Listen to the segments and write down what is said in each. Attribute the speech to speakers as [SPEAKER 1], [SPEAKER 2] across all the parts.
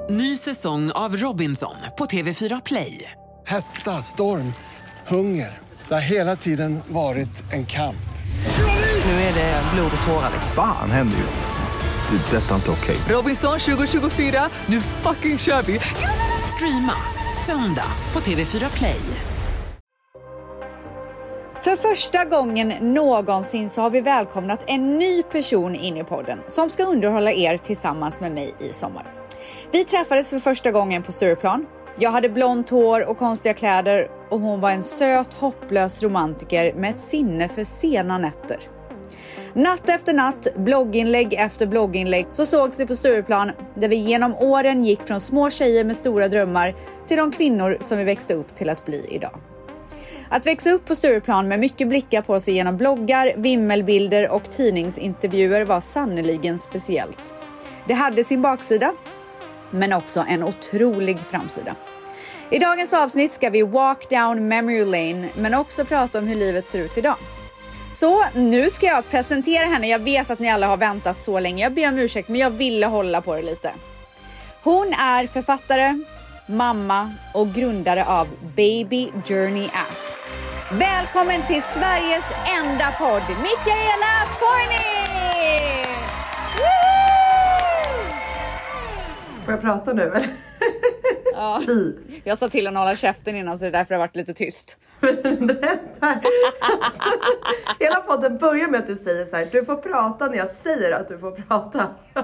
[SPEAKER 1] Ny säsong av Robinson på TV4 Play.
[SPEAKER 2] Hetta, storm, hunger. Det har hela tiden varit en kamp.
[SPEAKER 1] Nu är det blod och tårar.
[SPEAKER 3] Fan händer just nu. Det. Detta är inte okej.
[SPEAKER 1] Robinson 2024, nu fucking kör vi. Streama söndag på TV4 Play.
[SPEAKER 4] För första gången någonsin så har vi välkomnat en ny person in i podden som ska underhålla er tillsammans med mig i sommar. Vi träffades för första gången på Stureplan. Jag hade blont hår och konstiga kläder och hon var en söt, hopplös romantiker med ett sinne för sena nätter. Natt efter natt, blogginlägg efter blogginlägg så sågs vi på Stureplan där vi genom åren gick från små tjejer med stora drömmar till de kvinnor som vi växte upp till att bli idag. Att växa upp på Stureplan med mycket blickar på sig genom bloggar, vimmelbilder och tidningsintervjuer var sannoliken speciellt. Det hade sin baksida, men också en otrolig framsida. I dagens avsnitt ska vi walk down memory lane, men också prata om hur livet ser ut idag. Så nu ska jag presentera henne. Jag vet att ni alla har väntat så länge. Jag ber om ursäkt, men jag ville hålla på det lite. Hon är författare, mamma och grundare av Baby Journey App. Välkommen till Sveriges enda podd, Michaela Forni!
[SPEAKER 5] Får jag prata nu eller?
[SPEAKER 4] Ja, jag sa till att hålla käften innan så det är därför det har varit lite tyst.
[SPEAKER 5] Hela podden börjar med att du säger så här: du får prata när jag säger att du får prata.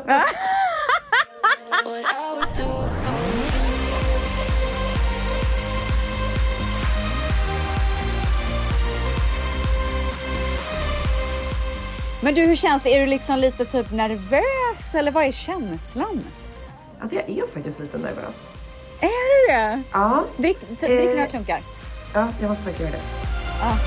[SPEAKER 4] Men du, hur känns det? Är du liksom lite typ nervös eller vad är känslan?
[SPEAKER 5] Alltså jag är faktiskt lite nervös.
[SPEAKER 4] Är du det?
[SPEAKER 5] Ja.
[SPEAKER 4] Drick några klunkar.
[SPEAKER 5] Ja, jag måste faktiskt göra det.
[SPEAKER 4] Ja.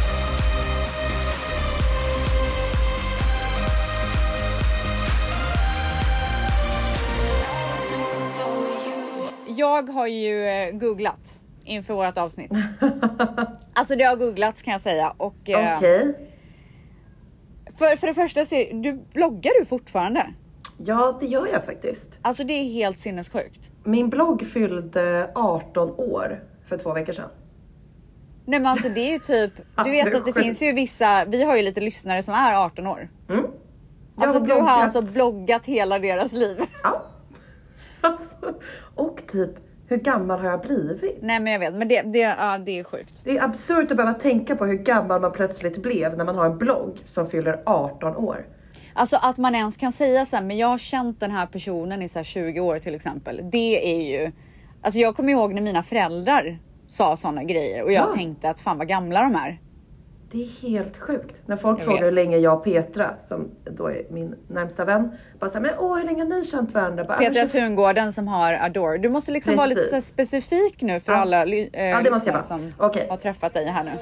[SPEAKER 4] Jag har ju googlat inför vårt avsnitt. Alltså det har googlats kan jag säga.
[SPEAKER 5] Okej.
[SPEAKER 4] För det första så bloggar du fortfarande?
[SPEAKER 5] Ja, det gör jag faktiskt.
[SPEAKER 4] Alltså det är helt sinnessjukt.
[SPEAKER 5] Min blogg fyllde 18 år för 2 veckor sedan.
[SPEAKER 4] Nej men alltså det är ju typ, du vet att det finns ju vissa, vi har ju lite lyssnare som är 18 år.
[SPEAKER 5] Mm.
[SPEAKER 4] Alltså du har alltså bloggat hela deras liv.
[SPEAKER 5] Ja. Alltså, och typ, hur gammal har jag blivit?
[SPEAKER 4] Nej men jag vet, men det är sjukt.
[SPEAKER 5] Det är absurt att behöva tänka på hur gammal man plötsligt blev när man har en blogg som fyller 18 år.
[SPEAKER 4] Alltså att man ens kan säga så här, men jag har känt den här personen i så här 20 år till exempel. Det är ju, alltså jag kommer ihåg när mina föräldrar sa sådana grejer och jag tänkte att fan vad gamla de är.
[SPEAKER 5] Det är helt sjukt. När folk frågar hur länge jag och Petra, som då är min närmsta vän, bara såhär, men hur länge har ni känt varandra? Bara,
[SPEAKER 4] Petra Tungården som har Adore. Du måste liksom vara lite så specifik nu för alla
[SPEAKER 5] det måste jag
[SPEAKER 4] som
[SPEAKER 5] har
[SPEAKER 4] träffat dig här nu.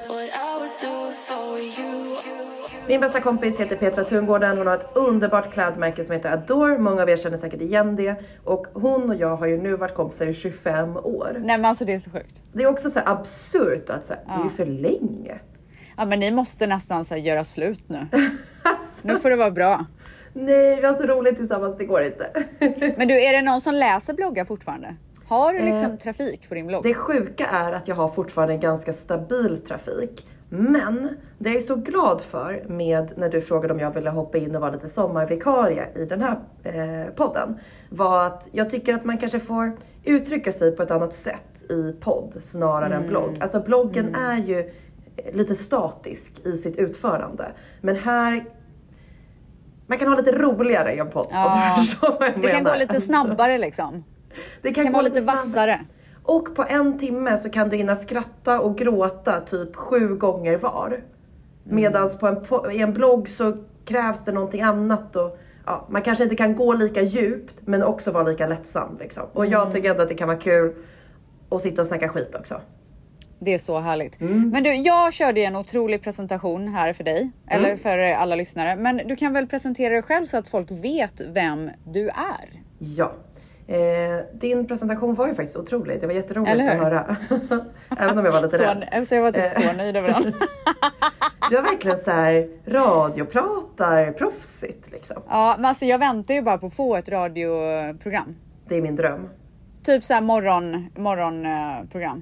[SPEAKER 5] Min bästa kompis heter Petra Tungården. Hon har ett underbart klädmärke som heter Adore. Många av er känner säkert igen det. Och hon och jag har ju nu varit kompisar i 25 år.
[SPEAKER 4] Nej men alltså det är så sjukt.
[SPEAKER 5] Det är också så absurt att det är ju för länge.
[SPEAKER 4] Ja men ni måste nästan så här, göra slut nu. Nu får det vara bra.
[SPEAKER 5] Nej, vi har så roligt tillsammans, det går inte.
[SPEAKER 4] Men du, är det någon som läser bloggar fortfarande? Har du liksom trafik på din blogg?
[SPEAKER 5] Det sjuka är att jag har fortfarande en ganska stabil trafik. Men det jag är så glad för med när du frågade om jag ville hoppa in och vara lite sommarvikarie i den här podden, var att jag tycker att man kanske får uttrycka sig på ett annat sätt i podd snarare än blogg. Alltså bloggen är ju lite statisk i sitt utförande. Men här, man kan ha lite roligare i en podd.
[SPEAKER 4] Ja, det kan gå lite snabbare liksom. Det kan vara lite vassare.
[SPEAKER 5] Och på 1 timme så kan du hinna skratta och gråta typ 7 gånger var. Medans i en blogg så krävs det någonting annat. Och, man kanske inte kan gå lika djupt men också vara lika lättsam. Liksom. Och jag tycker ändå att det kan vara kul att sitta och snacka skit också.
[SPEAKER 4] Det är så härligt. Men du, jag körde en otrolig presentation här för dig. Eller för alla lyssnare. Men du kan väl presentera dig själv så att folk vet vem du är?
[SPEAKER 5] Ja. Din presentation var ju faktiskt otrolig. Det var jätteroligt att höra. Även om jag var lite rädd.
[SPEAKER 4] Så jag var typ så nöjd över den.
[SPEAKER 5] Du har verkligen så här radiopratar proffsigt liksom.
[SPEAKER 4] Ja, men alltså jag väntar ju bara på att få ett radioprogram.
[SPEAKER 5] Det är min dröm.
[SPEAKER 4] Typ så här morgonprogram.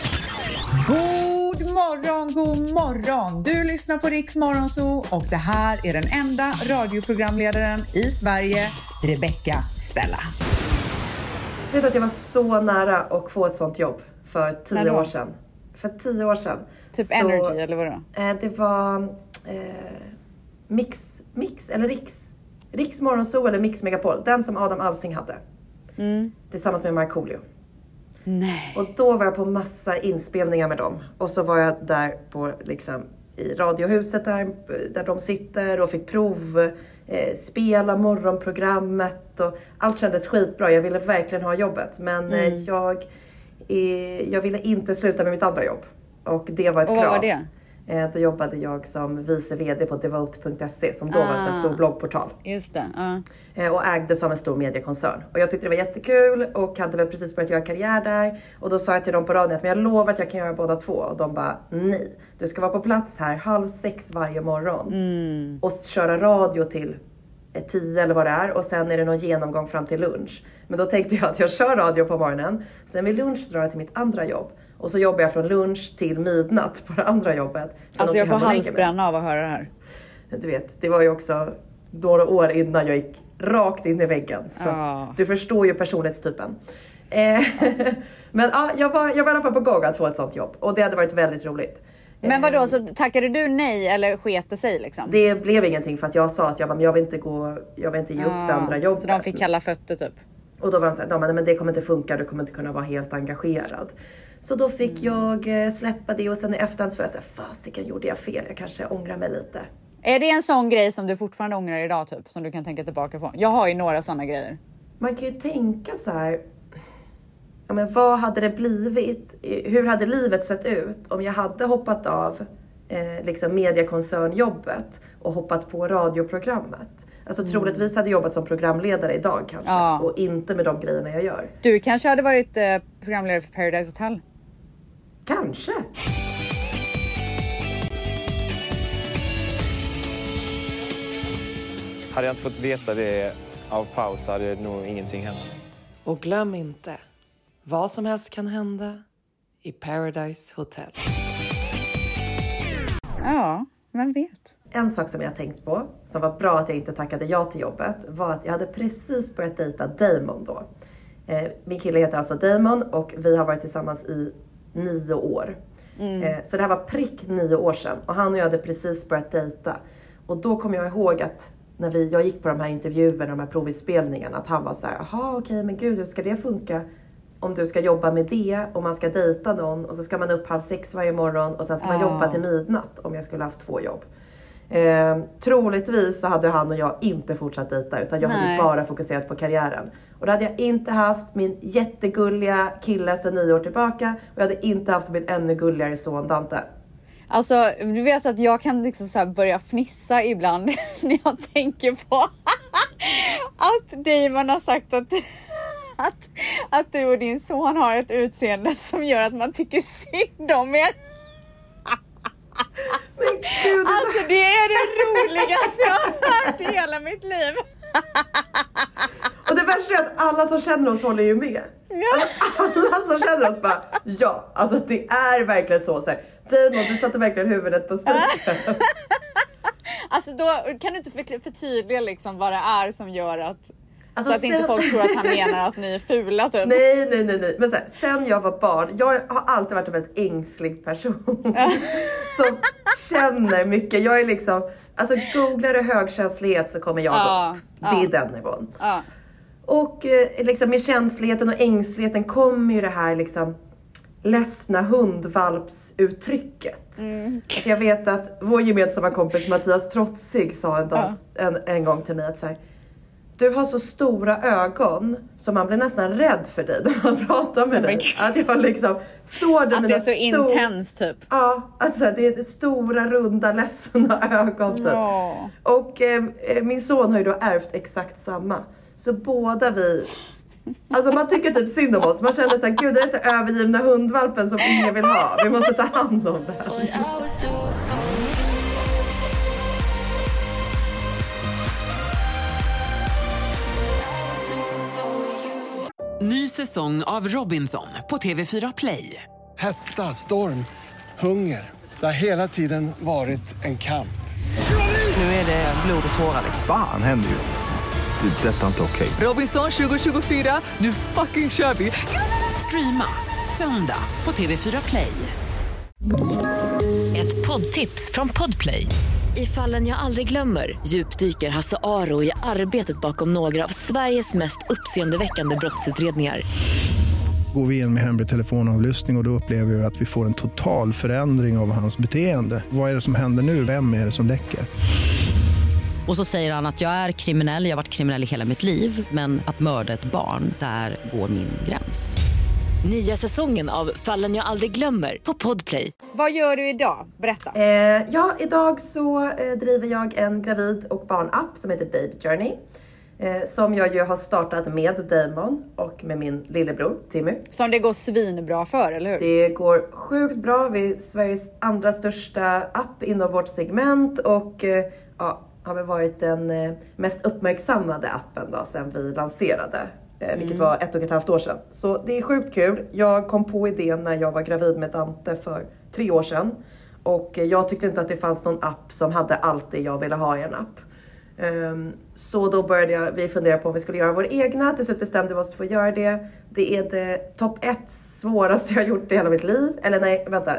[SPEAKER 6] God morgon! Du lyssnar på Riks Morgonzoo och det här är den enda radioprogramledaren i Sverige, Rebecca Stella.
[SPEAKER 5] Jag vet att jag var så nära att få ett sånt jobb för 10 år sedan. För 10 år sedan.
[SPEAKER 4] Typ så, Energy eller vadå?
[SPEAKER 5] Det var Riks Morgonzoo eller Mix Megapol. Den som Adam Alsing hade. Tillsammans med Markoolio.
[SPEAKER 4] Nej.
[SPEAKER 5] Och då var jag på massa inspelningar med dem. Och så var jag där på liksom i radiohuset där de sitter och fick spela morgonprogrammet och allt kändes skitbra. Jag ville verkligen ha jobbet, men jag ville inte sluta med mitt andra jobb. Och det var ett krav.
[SPEAKER 4] Vad var det?
[SPEAKER 5] Då jobbade jag som vice vd på devote.se som då var en stor bloggportal.
[SPEAKER 4] Just det.
[SPEAKER 5] Och ägdes av en stor mediekoncern. Och jag tyckte det var jättekul och hade väl precis börjat göra karriär där. Och då sa jag till dem på radion att jag lovar att jag kan göra båda två. Och de bara, nej. Du ska vara på plats här 5:30 varje morgon. Och köra radio till 10 eller vad det är. Och sen är det någon genomgång fram till lunch. Men då tänkte jag att jag kör radio på morgonen. Sen vid lunch drar jag till mitt andra jobb. Och så jobbar jag från lunch till midnatt på det andra jobbet. Sen
[SPEAKER 4] alltså jag får halsbränna av att höra det här.
[SPEAKER 5] Du vet, det var ju också några år innan jag gick rakt in i väggen. Så att du förstår ju personlighetstypen. Men jag var i alla fall på gång att få ett sånt jobb. Och det hade varit väldigt roligt.
[SPEAKER 4] Men vadå, så tackade du nej eller sket det sig liksom?
[SPEAKER 5] Det blev ingenting för att jag sa att jag vill inte ge upp det andra jobbet.
[SPEAKER 4] Så de fick kalla fötter typ?
[SPEAKER 5] Och då var de så här, men det kommer inte funka, du kommer inte kunna vara helt engagerad. Så då fick jag släppa det och sen i efterhand så var jag så här, fasiken gjorde jag fel, jag kanske ångrar mig lite.
[SPEAKER 4] Är det en sån grej som du fortfarande ångrar idag typ, som du kan tänka tillbaka på? Jag har ju några såna grejer.
[SPEAKER 5] Man kan ju tänka så här, ja men vad hade det blivit, hur hade livet sett ut om jag hade hoppat av liksom mediekoncernjobbet och hoppat på radioprogrammet. Alltså troligtvis hade jag jobbat som programledare idag kanske. Ja. Och inte med de grejerna jag gör.
[SPEAKER 4] Du kanske hade varit programledare för Paradise Hotel.
[SPEAKER 5] Kanske.
[SPEAKER 7] Hade jag inte fått veta det av paus hade nog ingenting hänt.
[SPEAKER 5] Och glöm inte, vad som helst kan hända i Paradise Hotel.
[SPEAKER 4] Ja, vem vet.
[SPEAKER 5] En sak som jag tänkt på, som var bra att jag inte tackade ja till jobbet, var att jag hade precis börjat dejta Damon då. Min kille heter alltså Damon och vi har varit tillsammans i 9 år. Så det här var prick 9 år sedan och han och jag hade precis börjat dejta. Och då kom jag ihåg att när jag gick på de här intervjuerna, de här provinspelningarna, att han var så här, jaha okej, men gud hur ska det funka? Om du ska jobba med det, om man ska dejta någon och så ska man upp 5:30 varje morgon och sen ska man jobba till midnatt om jag skulle haft 2 jobb. Troligtvis så hade han och jag inte fortsatt dejta utan jag hade bara fokuserat på karriären. Och då hade jag inte haft min jättegulliga kille sedan 9 år tillbaka och jag hade inte haft min ännu gulligare son Dante.
[SPEAKER 4] Alltså du vet att jag kan liksom så här börja fnissa ibland när jag tänker på att Damon har sagt att du och din son har ett utseende som gör att man tycker synd om er.
[SPEAKER 5] Men Gud,
[SPEAKER 4] alltså det är det roligaste jag har hört i hela mitt liv.
[SPEAKER 5] Och det värsta är att alla som känner oss håller ju med. Alltså, alla som känner oss bara, ja, alltså det är verkligen så här. Damon, du satte verkligen huvudet på spiken.
[SPEAKER 4] Alltså då kan du inte förtydliga liksom vad det är som gör att
[SPEAKER 5] alltså,
[SPEAKER 4] så att inte folk tror att han menar att ni är fula typ.
[SPEAKER 5] Nej. Men så här, sen jag var barn, jag har alltid varit en väldigt ängslig person. Som känner mycket. Jag är liksom, alltså googlar du högkänslighet så kommer jag upp. Det är den nivån. Och liksom med känsligheten och ängsligheten kommer ju det här liksom ledsna hundvalpsuttrycket. Alltså jag vet att vår gemensamma kompis Mattias Trotsig sa en gång till mig att så här, du har så stora ögon som man blir nästan rädd för dig när man pratar med dig. Att jag liksom står där med
[SPEAKER 4] det är så intens typ.
[SPEAKER 5] Ja, alltså det är stora, runda, ledsna ögon typ. Och min son har ju då ärvt exakt samma. Så båda vi, alltså man tycker typ synd om oss. Man känner så här, gud det är så övergivna hundvalpen som ingen vill ha. Vi måste ta hand om det här.
[SPEAKER 1] Ny säsong av Robinson på TV4 Play.
[SPEAKER 2] Hetta, storm, hunger. Det har hela tiden varit en kamp.
[SPEAKER 1] Nu är det blod och tårar.
[SPEAKER 3] Fan händer just nu. Det. Detta är inte okej.
[SPEAKER 1] Robinson 2024, nu fucking kör vi. Streama söndag på TV4 Play.
[SPEAKER 8] Ett poddtips från Podplay. I Fallen jag aldrig glömmer djupdyker Hasse Aro i arbetet bakom några av Sveriges mest uppseendeväckande brottsutredningar.
[SPEAKER 9] Går vi in med hemlig telefonavlyssning och då upplever vi att vi får en total förändring av hans beteende. Vad är det som händer nu? Vem är det som läcker?
[SPEAKER 10] Och så säger han att jag är kriminell, jag har varit kriminell i hela mitt liv. Men att mörda ett barn, där går min gräns.
[SPEAKER 8] Nya säsongen av Fallen jag aldrig glömmer på Podplay.
[SPEAKER 4] Vad gör du idag? Berätta.
[SPEAKER 5] Idag så driver jag en gravid- och barnapp som heter Baby Journey. Som jag ju har startat med Damon och med min lillebror Timmy.
[SPEAKER 4] Som det går svinbra för, eller hur?
[SPEAKER 5] Det går sjukt bra. Vi är Sveriges andra största app inom vårt segment och har väl varit den mest uppmärksammade appen då sedan vi lanserade. Vilket var 1,5 år sedan. Så det är sjukt kul. Jag kom på idén när jag var gravid med Dante för 3 år sedan. Och jag tyckte inte att det fanns någon app som hade allt det jag ville ha i en app. Så då började vi fundera på om vi skulle göra vår egna. Till slut bestämde vi oss för att göra det. Det är det topp 1 svåraste jag har gjort i hela mitt liv. Eller nej, vänta.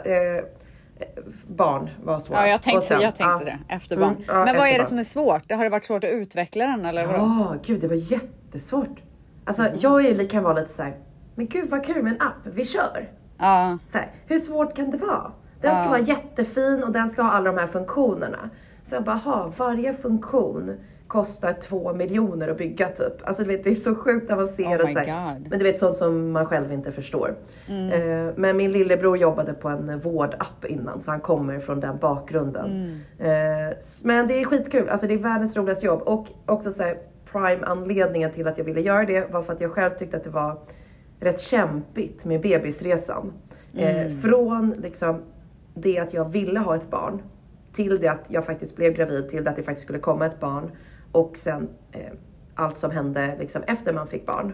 [SPEAKER 5] Barn var svårast.
[SPEAKER 4] Ja, jag tänkte det. Efter barn. Men vad är det som är svårt? Har det varit svårt att utveckla den? Eller
[SPEAKER 5] ja, gud, det var jättesvårt. Alltså jag kan vara lite så här, men gud vad kul med en app, vi kör. Så här, hur svårt kan det vara? Den ska vara jättefin och den ska ha alla de här funktionerna. Så jag bara, varje funktion kostar 2 miljoner att bygga typ. Alltså du vet, det är så sjukt avancerat. Men du vet, sånt som man själv inte förstår. Men min lillebror jobbade på en vårdapp innan, så han kommer från den bakgrunden. Men det är skitkul, alltså det är världens roligaste jobb. Och också så här, prime-anledningen till att jag ville göra det var för att jag själv tyckte att det var rätt kämpigt med bebisresan. Från liksom det att jag ville ha ett barn till det att jag faktiskt blev gravid, till det att det faktiskt skulle komma ett barn och sen allt som hände liksom efter man fick barn.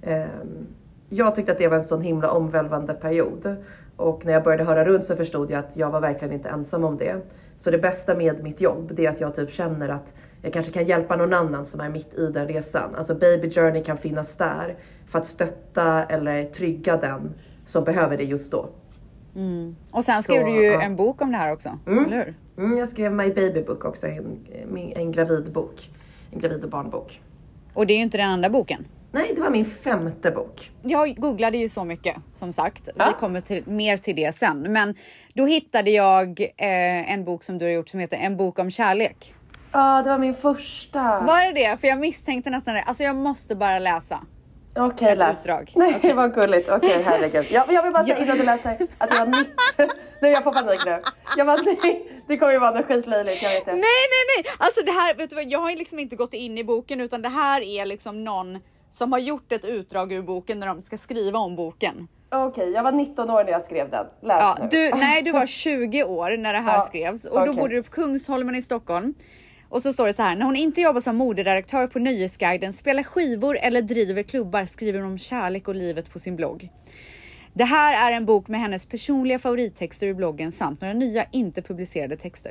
[SPEAKER 5] Jag tyckte att det var en sån himla omvälvande period och när jag började höra runt så förstod jag att jag var verkligen inte ensam om det. Så det bästa med mitt jobb, det är att jag typ känner att jag kanske kan hjälpa någon annan som är mitt i den resan. Alltså Baby Journey kan finnas där för att stötta eller trygga den som behöver det just då.
[SPEAKER 4] Och sen skrev du ju en bok om det här också, eller hur?
[SPEAKER 5] Jag skrev My Baby Book också, en gravidbok. En gravid- och barnbok.
[SPEAKER 4] Och det är ju inte den andra boken.
[SPEAKER 5] Nej, det var min 5:e bok.
[SPEAKER 4] Jag googlade ju så mycket, som sagt. Vi kommer mer till det sen. Men då hittade jag en bok som du har gjort som heter En bok om kärlek.
[SPEAKER 5] Ja, det var min första.
[SPEAKER 4] Var det? För jag misstänkte nästan det. Alltså jag måste bara läsa.
[SPEAKER 5] Okej, läs.
[SPEAKER 4] Utdrag.
[SPEAKER 5] Nej, okay. Vad gulligt. Okej, herregud. Jag vill bara säga innan du läser att jag var 90. Nu jag får panik nu. Jag bara, nej, det kommer ju vara något skitlöjligt, jag vet det.
[SPEAKER 4] Nej. Alltså det här, vet du vad, jag har ju liksom inte gått in i boken, utan det här är liksom någon som har gjort ett utdrag ur boken när de ska skriva om boken.
[SPEAKER 5] Okej, jag var 19 år när jag skrev den. Läs nu.
[SPEAKER 4] Du var 20 år när det här skrevs. Och då bodde du på Kungsholmen i Stockholm. Och så står det så här: när hon inte jobbar som moderedaktör på Nöjesguiden, spelar skivor eller driver klubbar, skriver hon om kärlek och livet på sin blogg. Det här är en bok med hennes personliga favorittexter ur bloggen samt några nya inte publicerade texter.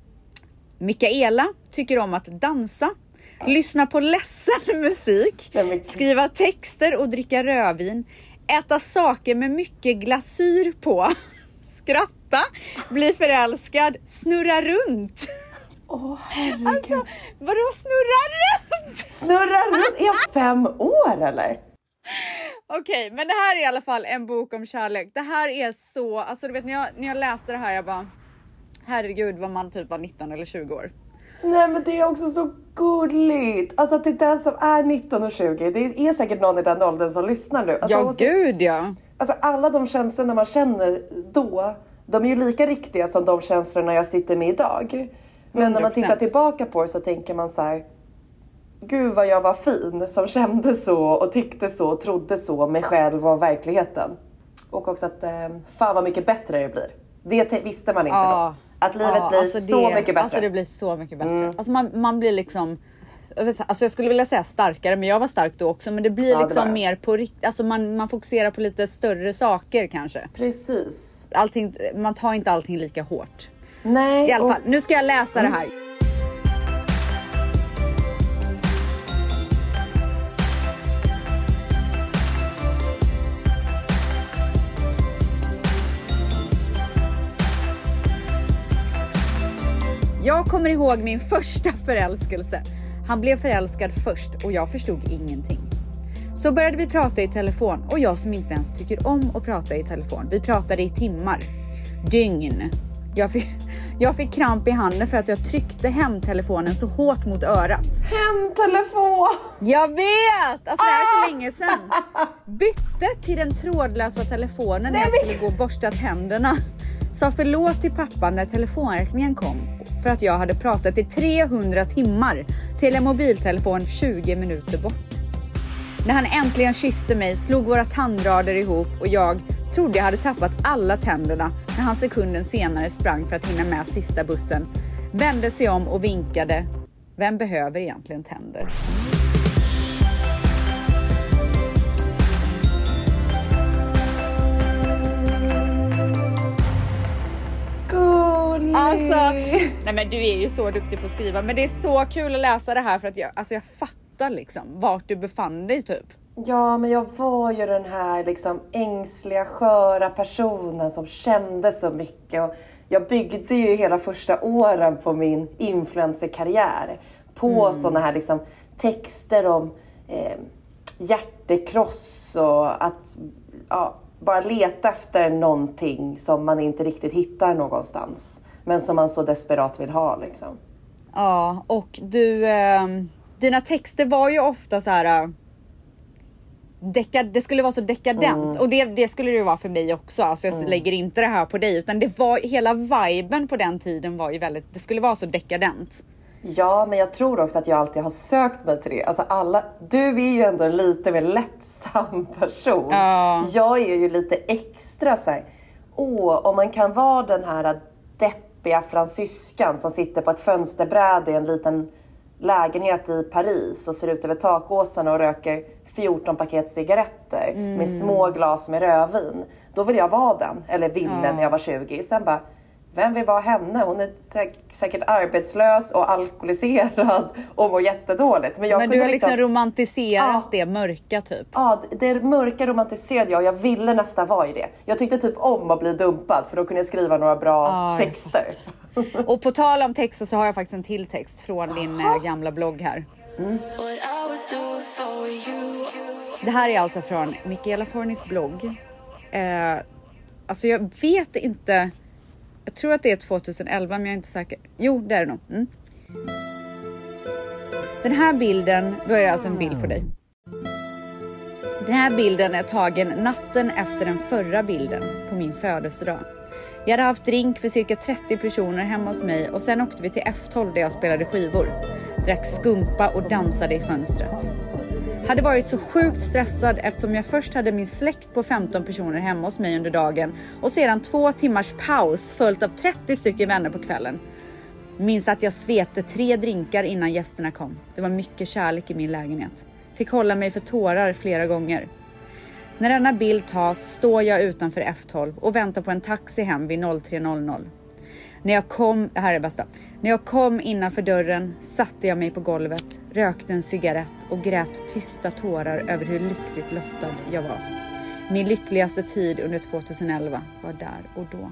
[SPEAKER 4] Mikaela tycker om att dansa, lyssna på ledsen musik, skriva texter och dricka rödvin, äta saker med mycket glasyr på, skratta, bli förälskad, snurra runt.
[SPEAKER 5] Herregud.
[SPEAKER 4] Alltså, vadå snurra runt?
[SPEAKER 5] Snurra runt? Är jag 5 år eller?
[SPEAKER 4] Okej, men det här är i alla fall en bok om kärlek. Det här är så, alltså du vet när jag läste det här, jag bara, herregud vad man typ var 19 eller 20 år.
[SPEAKER 5] Nej, men det är också så gulligt. Alltså till den som är 19 och 20, det är säkert någon i den åldern som lyssnar nu. Alltså,
[SPEAKER 4] gud ja.
[SPEAKER 5] Alltså alla de känslorna man känner då, de är ju lika riktiga som de känslorna jag sitter med idag. Men 100%. När man tittar tillbaka på det så tänker man så här: gud vad jag var fin som kände så och tyckte så och trodde så med själv och verkligheten. Och också att fan vad mycket bättre det blir. Det visste man inte då. Att livet blir alltså så mycket bättre.
[SPEAKER 4] Alltså det blir så mycket bättre. Alltså man blir liksom Alltså jag skulle vilja säga starkare, men jag var stark då också. Men det blir
[SPEAKER 5] Ja,
[SPEAKER 4] liksom
[SPEAKER 5] det
[SPEAKER 4] mer på riktigt. Alltså man fokuserar på lite större saker kanske.
[SPEAKER 5] Precis.
[SPEAKER 4] Man tar inte allting lika hårt.
[SPEAKER 5] Nej.
[SPEAKER 4] I alla fall, nu ska jag läsa det här. Jag kommer ihåg min första förälskelse. Han blev förälskad först och jag förstod ingenting. Så började vi prata i telefon och jag som inte ens tycker om att prata i telefon. Vi pratade i timmar. Dygn. Jag fick kramp i handen för att jag tryckte hemtelefonen så hårt mot örat.
[SPEAKER 5] Hemtelefon!
[SPEAKER 4] Jag vet! Alltså det här är så länge sedan. Bytte till den trådlösa telefonen när jag skulle gå och borsta tänderna. Sa förlåt till pappa när telefonräkningen kom. För att jag hade pratat i 300 timmar till en mobiltelefon 20 minuter bort. När han äntligen kysste mig slog våra tandrader ihop och jag trodde jag hade tappat alla tänderna när han sekunden senare sprang för att hinna med sista bussen. Vände sig om och vinkade. Vem behöver egentligen tänder? Alltså, nej men du är ju så duktig på att skriva. Men det är så kul att läsa det här för att jag fattar liksom vart du befann dig typ.
[SPEAKER 5] Ja, men jag var ju den här liksom ängsliga, sköra personen som kände så mycket. Och jag byggde ju hela första åren på min influencerkarriär på såna här liksom texter om hjärtekross och att bara leta efter någonting som man inte riktigt hittar någonstans. Men som man så desperat vill ha liksom.
[SPEAKER 4] Ja, och du, dina texter var ju ofta så här... det skulle vara så dekadent. Och det skulle det ju vara för mig också. Alltså jag lägger inte det här på dig. Utan det var, hela viben på den tiden var ju väldigt... Det skulle vara så dekadent.
[SPEAKER 5] Ja, men jag tror också att jag alltid har sökt mig till det. Alltså du är ju ändå en lite mer lättsam person. Jag är ju lite extra så här. Om man kan vara den här deppiga fransyskan som sitter på ett fönsterbräde i en liten lägenhet i Paris och ser ut över takåsarna och röker 14 paket cigaretter med små glas med rödvin. Då vill jag vara den, eller ville när jag var 20. Sen bara, vem vill vara henne? Hon är säkert arbetslös och alkoholiserad och mår jättedåligt. Men du
[SPEAKER 4] har liksom romantiserat det mörka typ.
[SPEAKER 5] Ja, det mörka romantiserade jag. Jag ville nästan vara i det. Jag tyckte typ om att bli dumpad för då kunde jag skriva några bra texter.
[SPEAKER 4] Och på tal om texter så har jag faktiskt en till text från din gamla blogg här. Det här är alltså från Michaela Fornis blogg. Alltså jag vet inte... Jag tror att det är 2011 men jag är inte säker. Jo, det är det nog. Den här bilden, då är det alltså en bild på dig. Den här bilden är tagen natten efter den förra bilden på min födelsedag. Jag hade haft drink för cirka 30 personer hemma hos mig och sen åkte vi till F12 där jag spelade skivor. Drack skumpa och dansade i fönstret. Hade varit så sjukt stressad eftersom jag först hade min släkt på 15 personer hemma hos mig under dagen och sedan 2 timmars paus följt av 30 stycken vänner på kvällen. Minns att jag svepte 3 drinkar innan gästerna kom. Det var mycket kärlek i min lägenhet. Fick hålla mig för tårar flera gånger. När denna bild tas står jag utanför F12 och väntar på en taxi hem vid 03.00. Det här är det bästa. När jag kom innanför dörren satte jag mig på golvet, rökte en cigarett och grät tysta tårar över hur lyckligt lottad jag var. Min lyckligaste tid under 2011 var där och då.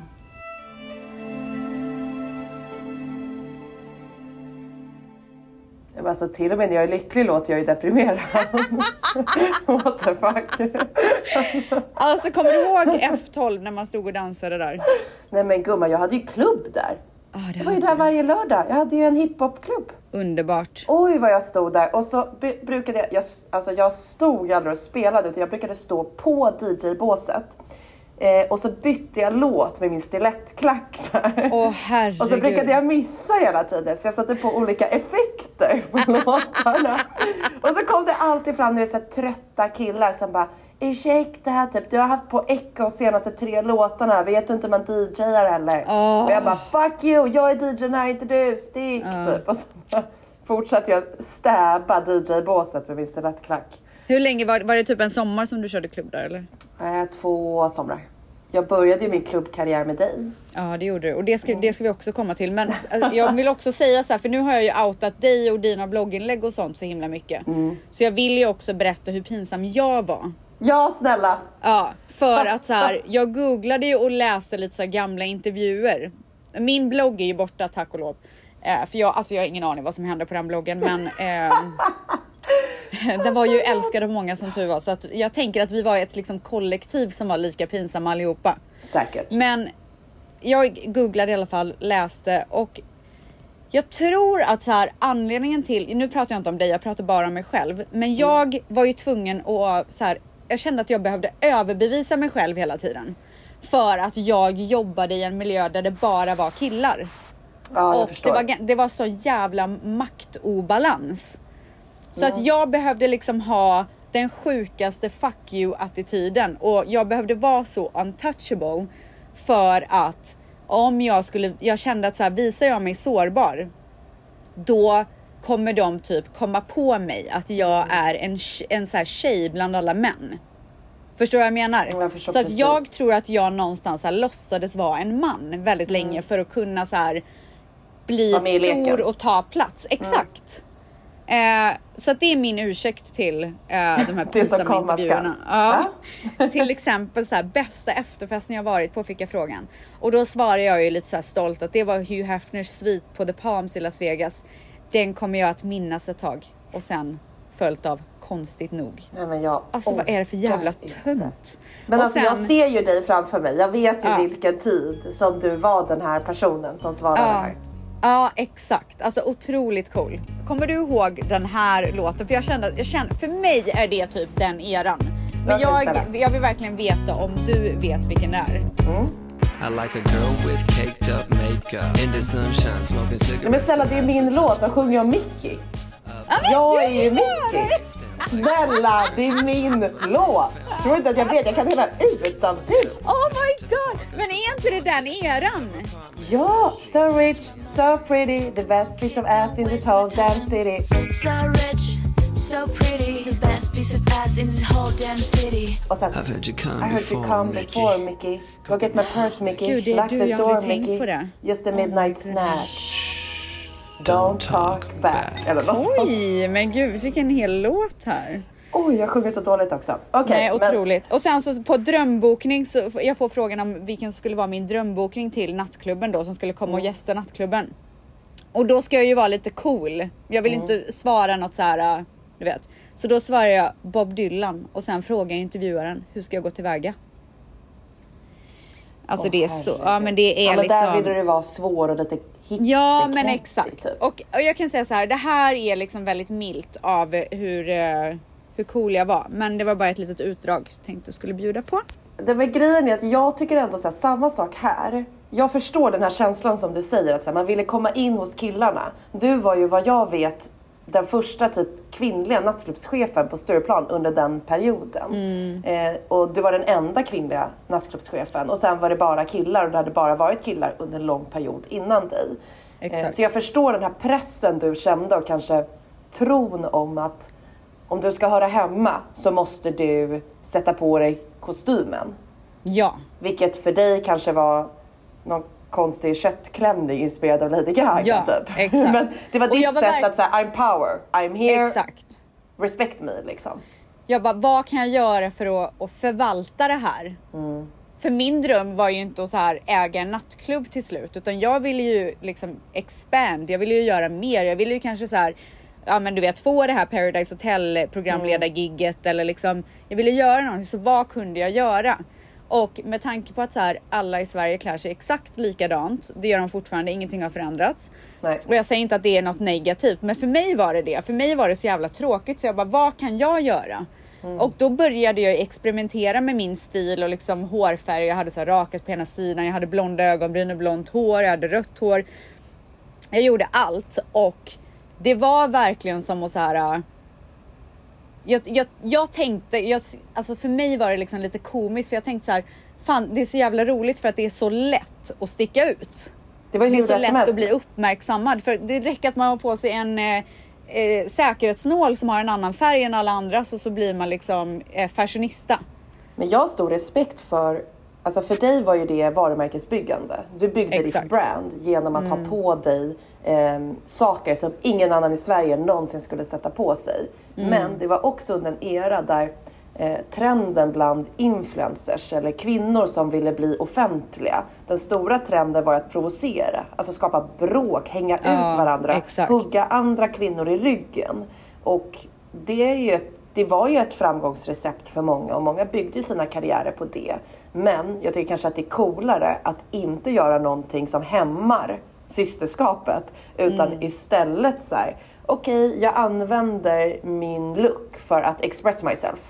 [SPEAKER 5] Alltså till och med när jag är lycklig låter jag ju deprimerad. What the fuck?
[SPEAKER 4] Alltså kommer du ihåg F12 när man stod och dansade där?
[SPEAKER 5] Nej men gumma, jag hade ju klubb där. Jag var ju där varje lördag. Jag hade ju en hiphopklubb.
[SPEAKER 4] Underbart.
[SPEAKER 5] Oj vad jag stod där. Och så brukade jag stod aldrig och spelade utan jag brukade stå på DJ-båset. Och så bytte jag låt med min stilettklack så här.
[SPEAKER 4] Herregud.
[SPEAKER 5] Och så brukade jag missa hela tiden. Så jag satte på olika effekter på låtarna. Och så kom det alltid fram när det är så trötta killar som bara, ursäkta här typ, du har haft på Echo de senaste 3 låtarna. Vet du inte om man DJar eller? Och jag bara, fuck you, jag är DJ, nej inte du, stick typ. Och så bara, fortsatte jag stäba DJ-båset med min stilettklack.
[SPEAKER 4] Hur länge var det typ en sommar som du körde klubb där eller?
[SPEAKER 5] 2 somrar. Jag började ju min klubbkarriär med dig.
[SPEAKER 4] Ja, det gjorde du. Och det ska vi också komma till. Men jag vill också säga så här, för nu har jag ju outat dig och dina blogginlägg och sånt så himla mycket. Så jag vill ju också berätta hur pinsam jag var.
[SPEAKER 5] Ja, snälla.
[SPEAKER 4] Ja, för att så här, jag googlade ju och läste lite så här gamla intervjuer. Min blogg är ju borta, tack och lov. För jag har ingen aning vad som hände på den bloggen, men den var ju älskad av många som tur var. Så att jag tänker att vi var ett liksom kollektiv som var lika pinsamma allihopa.
[SPEAKER 5] Säkert.
[SPEAKER 4] Men jag googlade i alla fall, läste och jag tror att så här, anledningen till, nu pratar jag inte om dig, jag pratar bara om mig själv. Men jag var ju tvungen att så här, jag kände att jag behövde överbevisa mig själv hela tiden. För att jag jobbade i en miljö där det bara var killar.
[SPEAKER 5] Ja, jag
[SPEAKER 4] och
[SPEAKER 5] förstår.
[SPEAKER 4] det var så jävla maktobalans. Så att jag behövde liksom ha den sjukaste fuck you-attityden. Och jag behövde vara så untouchable. För att om jag kände att så här, visar jag mig sårbar, då kommer de typ komma på mig att jag är en så här tjej bland alla män. Förstår vad jag menar?
[SPEAKER 5] Jag förstår
[SPEAKER 4] så att
[SPEAKER 5] precis.
[SPEAKER 4] jag tror att jag någonstans så här, låtsades vara en man väldigt länge för att kunna så här, bli stor och ta plats. Exakt. Så att det är min ursäkt till de här pinsamma intervjuerna. Ja. Till exempel så här, bästa efterfesten jag varit på fick jag frågan. Och då svarade jag ju lite så här stolt att det var Hugh Hefners svit på The Palms i Las Vegas. Den kommer jag att minnas ett tag. Och sen följt av konstigt nog.
[SPEAKER 5] Nej, men
[SPEAKER 4] alltså vad är det för jävla tönt?
[SPEAKER 5] Men
[SPEAKER 4] och
[SPEAKER 5] alltså jag ser ju dig framför mig. Jag vet ju vilken tid som du var den här personen som svarade här.
[SPEAKER 4] Ja, exakt. Alltså otroligt cool. Kommer du ihåg den här låten? För jag kände, för mig är det typ den eran. Men jag vill verkligen veta om du vet vilken det är.
[SPEAKER 11] I like a girl with caked up makeup in the sunshine smoking cigarettes.
[SPEAKER 5] Men snälla, det är min låt och sjunger om Mickey. Jag är ju Mickey. Snälla, det är min låt. Tror inte att jag vet, jag kan hela ut samtidigt.
[SPEAKER 4] Oh my god, men är inte det den eran?
[SPEAKER 5] Ja, so rich, so pretty, the best piece of ass in this whole damn city.
[SPEAKER 12] So rich, so pretty, the best piece of ass in this whole damn city.
[SPEAKER 5] Och sen,
[SPEAKER 11] I've heard you come
[SPEAKER 5] I heard you come before, Mickey. Go get my purse, Mickey.
[SPEAKER 4] Gud,
[SPEAKER 5] lock
[SPEAKER 4] du,
[SPEAKER 5] the
[SPEAKER 4] jag
[SPEAKER 5] door,
[SPEAKER 4] tänkt
[SPEAKER 5] Mickey.
[SPEAKER 4] på det.
[SPEAKER 5] Just a midnight snack. Don't talk back. Eller något.
[SPEAKER 4] Oj, men gud, vi fick en hel låt här.
[SPEAKER 5] Oj, jag sjunger så dåligt också.
[SPEAKER 4] Nej, otroligt. Och sen så på drömbokning så jag får frågan om vilken skulle vara min drömbokning till nattklubben då, som skulle komma och gästa nattklubben. Och då ska jag ju vara lite cool. Jag vill inte svara något så här, du vet. Så då svarar jag Bob Dylan och sen frågar intervjuaren, hur ska jag gå tillväga? Alltså det är så, ja men det är
[SPEAKER 5] men
[SPEAKER 4] liksom.
[SPEAKER 5] Där ville det vara svår och lite
[SPEAKER 4] ja, men exakt. Typ. Och jag kan säga så här, det här är liksom väldigt milt av hur cool jag var. Men det var bara ett litet utdrag jag tänkte skulle bjuda på.
[SPEAKER 5] Det var grejen är att jag tycker ändå så här, samma sak här. Jag förstår den här känslan som du säger, att så här, man ville komma in hos killarna. Du var ju vad jag vet den första typ kvinnliga nattklubbschefen på Stureplan under den perioden. Och du var den enda kvinnliga nattklubbschefen. Och sen var det bara killar, och det hade bara varit killar under en lång period innan dig. Så jag förstår den här pressen du kände och kanske tron om att om du ska höra hemma så måste du sätta på dig kostymen.
[SPEAKER 4] Ja.
[SPEAKER 5] Vilket för dig kanske var någon konstig köttklänning inspirerad av Lady Gaga.
[SPEAKER 4] Ja,
[SPEAKER 5] typ.
[SPEAKER 4] exakt.
[SPEAKER 5] Men det var ditt sätt att säga I'm power, I'm here,
[SPEAKER 4] exakt.
[SPEAKER 5] Respect me liksom.
[SPEAKER 4] Jag bara, vad kan jag göra för att förvalta det här? För min dröm var ju inte att så här äga en nattklubb till slut. Utan jag ville ju liksom expand. Jag ville ju göra mer. Jag ville ju kanske så här, ja men du vet, få det här Paradise Hotel programledargigget. Eller liksom, jag ville göra någonting. Så vad kunde jag göra? Och med tanke på att så här, alla i Sverige klär sig exakt likadant. Det gör de fortfarande, ingenting har förändrats.
[SPEAKER 5] Nej.
[SPEAKER 4] Och jag säger inte att det är något negativt. Men för mig var det det. För mig var det så jävla tråkigt. Så jag bara, vad kan jag göra? Och då började jag experimentera med min stil och liksom hårfärg. Jag hade så här rakat på ena sidan. Jag hade blonda ögonbryn och blont hår. Jag hade rött hår. Jag gjorde allt. Och det var verkligen som att så här... Jag tänkte... alltså för mig var det liksom lite komiskt. För jag tänkte så här... Fan, det är så jävla roligt för att det är så lätt att sticka ut.
[SPEAKER 5] Det var
[SPEAKER 4] det är så
[SPEAKER 5] rätt som
[SPEAKER 4] lätt
[SPEAKER 5] helst.
[SPEAKER 4] att bli uppmärksammad. För det räcker att man har på sig en säkerhetsnål som har en annan färg än alla andra, så blir man liksom fashionista.
[SPEAKER 5] Men jag har stor respekt för, alltså för dig var ju det varumärkesbyggande. Du byggde ditt brand genom att ha på dig saker som ingen annan i Sverige någonsin skulle sätta på sig. Men det var också under en era där trenden bland influencers eller kvinnor som ville bli offentliga. Den stora trenden var att provocera, alltså skapa bråk, hänga ut varandra, hugga andra kvinnor i ryggen. Och det var ju ett framgångsrecept för många och många byggde sina karriärer på det. Men jag tycker kanske att det är coolare att inte göra någonting som hämmar systerskapet, utan istället så här: okej, jag använder min look för att express myself.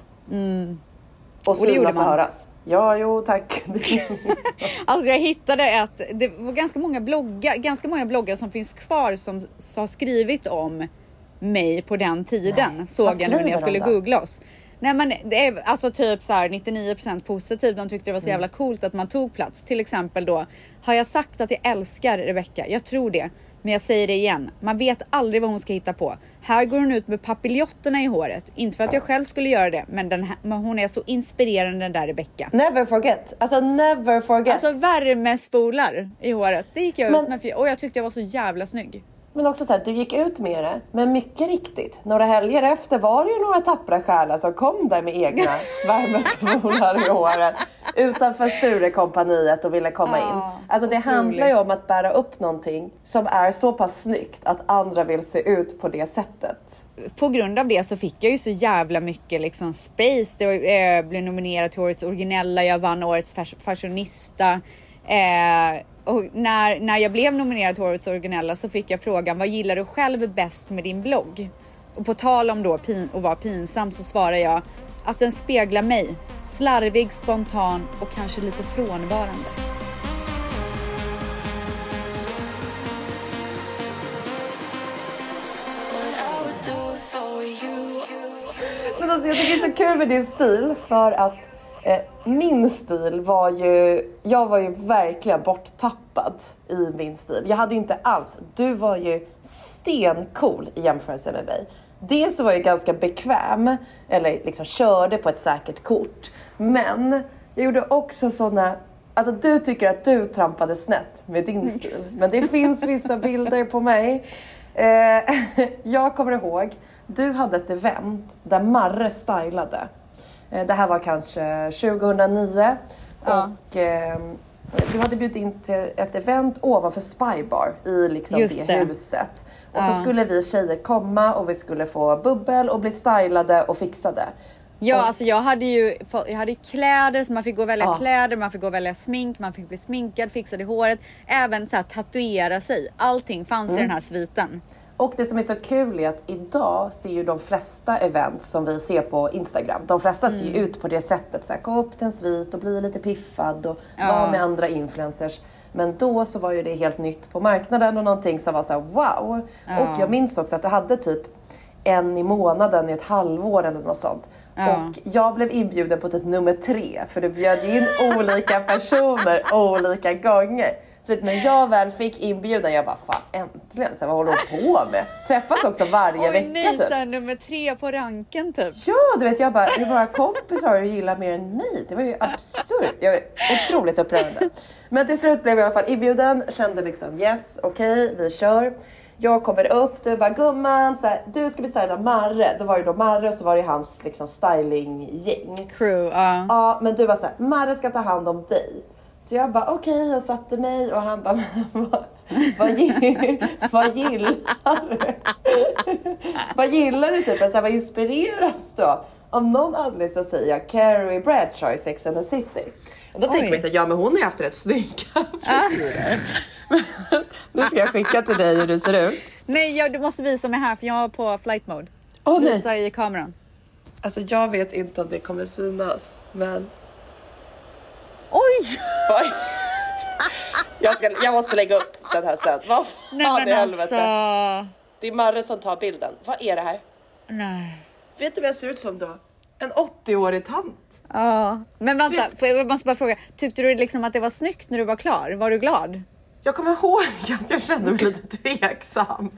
[SPEAKER 5] Och synas och höras. Ja, jo, tack.
[SPEAKER 4] Alltså jag hittade att det var ganska många bloggar som finns kvar som har skrivit om mig på den tiden. Såg jag nu när jag skulle googla oss. Nej, men det är alltså typ så här 99% positiv. De tyckte det var så jävla coolt att man tog plats. Till exempel då, har jag sagt att jag älskar Rebecca? Jag tror det. Men jag säger det igen. Man vet aldrig vad hon ska hitta på. Här går hon ut med papiljonterna i håret. Inte för att jag själv skulle göra det. Men hon är så inspirerande, den där Rebecca.
[SPEAKER 5] Never forget. Alltså never forget.
[SPEAKER 4] Alltså värmespolar i håret. Det gick jag ut med. Och jag tyckte jag var så jävla snygg.
[SPEAKER 5] Men också så här, du gick ut med det. Men mycket riktigt, några helger efter var det ju några tappra själar som kom där med egna värmespolar i håret. Utanför Sturekompaniet och ville komma in. Alltså det handlar ju om att bära upp någonting som är så pass snyggt att andra vill se ut på det sättet.
[SPEAKER 4] På grund av det så fick jag ju så jävla mycket liksom space. Det blev nominerad till årets originella. Jag vann årets fashionista. Och när jag blev nominerad till årets originella så fick jag frågan: vad gillar du själv bäst med din blogg? Och på tal om då att vara pinsam så svarar jag att den speglar mig. Slarvig, spontan och kanske lite frånvarande.
[SPEAKER 5] Men alltså jag tycker det är så kul med din stil, för att min stil var ju, jag var ju verkligen borttappad i min stil. Jag hade ju inte alls, du var ju stencool i jämförelse med mig. Det så var jag ganska bekväm, eller liksom körde på ett säkert kort. Men jag gjorde också såna, alltså du tycker att du trampade snett med din stil. Men det finns vissa bilder på mig. Jag kommer ihåg, du hade ett event där Marre stylade. Det här var kanske 2009 och du hade bjudit in till ett event ovanför Spybar i liksom det huset. Och så skulle vi tjejer komma och vi skulle få bubbel och bli stylade och fixade.
[SPEAKER 4] Ja, alltså jag hade kläder, så man fick gå och välja kläder, man fick gå och välja smink, man fick bli sminkad, fixad i håret, även så här tatuera sig. Allting fanns i den här sviten.
[SPEAKER 5] Och det som är så kul är att idag ser ju de flesta event som vi ser på Instagram, de flesta ser ju ut på det sättet. Så här, gå upp till en svit och bli lite piffad och vara med andra influencers. Men då så var ju det helt nytt på marknaden och någonting som var så här, wow. Och jag minns också att du hade typ en i månaden i ett halvår eller något sånt. Och jag blev inbjuden på typ nummer 3, för du bjöd in olika personer olika gånger. Så vet, när jag väl fick inbjudan, jag bara, fan äntligen, så vad håller hon på med? Träffas också varje vecka
[SPEAKER 4] nej,
[SPEAKER 5] typ.
[SPEAKER 4] Så nummer 3 på ranken typ.
[SPEAKER 5] Ja, du vet, jag bara kompisar du gillar mer än mig. Det var ju absurt. Jag var otroligt upprörande. Men till slut blev jag i alla fall inbjuden. Kände liksom, yes, okej, vi kör. Jag kommer upp, du bara, gumman, så här, du ska bli stylad av Marre. Då var det då Marre och så var det hans liksom stylinggäng.
[SPEAKER 4] Crew,
[SPEAKER 5] ja, men du var så här, Marre ska ta hand om dig. Så jag bara, okej, jag satte mig och han bara, vad gillar du? Vad gillar du typ? Alltså, vad inspireras då? Om någon anledning så säger jag Carrie Bradshaw i Sex and the City. Och då tänker man så här, ja men hon har haft rätt snygga frisyrer. Nu ska jag skicka till dig hur du ser ut.
[SPEAKER 4] Nej, du måste visa mig här för jag är på flight mode. Visa i kameran.
[SPEAKER 5] Alltså jag vet inte om det kommer synas, men...
[SPEAKER 4] Oj!
[SPEAKER 5] Jag måste lägga upp den här sen. Vad fan i helvete?
[SPEAKER 4] Alltså...
[SPEAKER 5] Det är Marre som tar bilden. Vad är det här?
[SPEAKER 4] Nej.
[SPEAKER 5] Vet du vad jag ser ut som då? En 80-årig tant.
[SPEAKER 4] Ja. Men vänta, jag måste bara fråga. Tyckte du liksom att det var snyggt när du var klar? Var du glad?
[SPEAKER 5] Jag kommer ihåg att jag kände mig lite tveksam.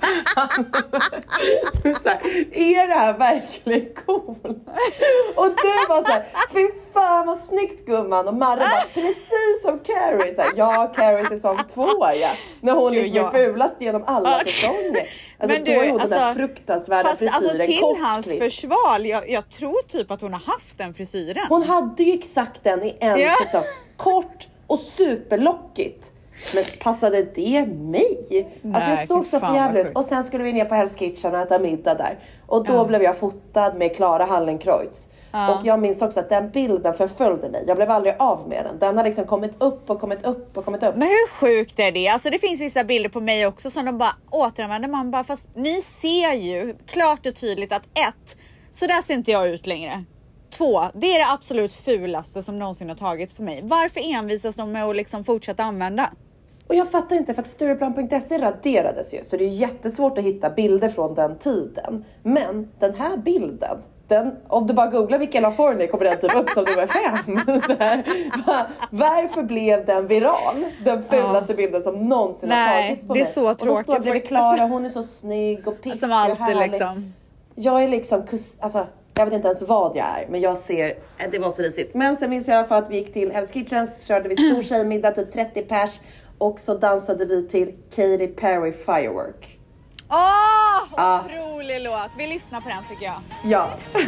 [SPEAKER 5] Så här, är det här verkligen cool? Och du var så här, fy fan vad snyggt gumman. Och Marre bara, precis som Carrie. Så här, ja, Carrie säsong 2, ja. När hon liksom är fulast genom alla säsonger. Alltså, men du, då är hon den där fruktansvärda frisyren.
[SPEAKER 4] Alltså till hans försvar, jag tror typ att hon har haft den frisyren.
[SPEAKER 5] Hon hade ju exakt den i en säsong. Kort och superlockigt. Men passade det mig? Nej, alltså jag såg så förjävligt ut. Och sen skulle vi ner på Hell's Kitchen och äta middag där. Och då blev jag fotad med Clara Hallenkreutz. Och jag minns också att den bilden förföljde mig. Jag blev aldrig av med den. Den har liksom kommit upp och kommit upp och kommit upp.
[SPEAKER 4] Men hur sjukt är det? Alltså det finns vissa bilder på mig också som de bara återanvänder. Man bara, fast ni ser ju klart och tydligt att 1, så där ser inte jag ut längre. 2, det är det absolut fulaste som någonsin har tagits på mig. Varför envisas de med att liksom fortsätta använda?
[SPEAKER 5] Och jag fattar inte, för att Stureplan.se raderades ju. Så det är jättesvårt att hitta bilder från den tiden. Men den här bilden, om du bara googlar Michaela Forni kommer den typ upp som nummer 5. Så här, varför blev den viral? Den fulaste bilden som någonsin har tagits på mig.
[SPEAKER 4] Det är så tråkigt.
[SPEAKER 5] Och så står bredvid Clara, hon är så snygg och pisk
[SPEAKER 4] som alltid liksom.
[SPEAKER 5] Jag är liksom, alltså jag vet inte ens vad jag är, men jag ser, det var så risigt. Men sen minns jag i alla fall att vi gick till Hell's Kitchen, så körde vi stor tjejmiddag, typ 30 pers. Och så dansade vi till Katy Perry Firework.
[SPEAKER 4] Otrolig låt. Vi lyssnar på den tycker jag.
[SPEAKER 5] Ja.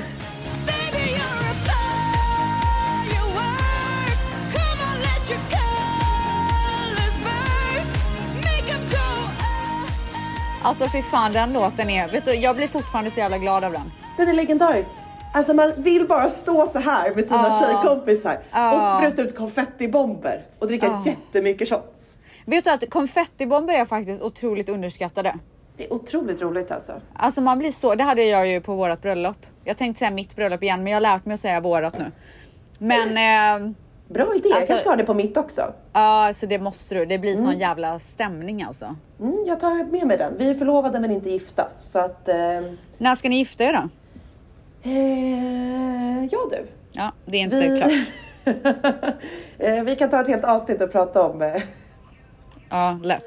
[SPEAKER 4] Alltså fy fan, den låten är, vet du, jag blir fortfarande så jävla glad av den.
[SPEAKER 5] Den är legendarisk. Alltså man vill bara stå så här med sina tjejkompisar och spruta ut konfettibomber och dricka jättemycket shots.
[SPEAKER 4] Vet du att konfettibomber är faktiskt otroligt underskattade?
[SPEAKER 5] Det är otroligt roligt alltså.
[SPEAKER 4] Alltså man blir så, det hade jag ju på vårat bröllop. Jag tänkte säga mitt bröllop igen, men jag har lärt mig att säga vårat nu. Men
[SPEAKER 5] bra idé, jag kanske ska ha det på mitt också.
[SPEAKER 4] Ja, alltså det måste du. Det blir sån jävla stämning alltså.
[SPEAKER 5] Jag tar med mig den. Vi är förlovade men inte gifta. Så att,
[SPEAKER 4] när ska ni gifta er då?
[SPEAKER 5] Ja du.
[SPEAKER 4] Ja, det är inte klart.
[SPEAKER 5] Vi kan ta ett helt avsnitt och prata om...
[SPEAKER 4] Ja, lätt.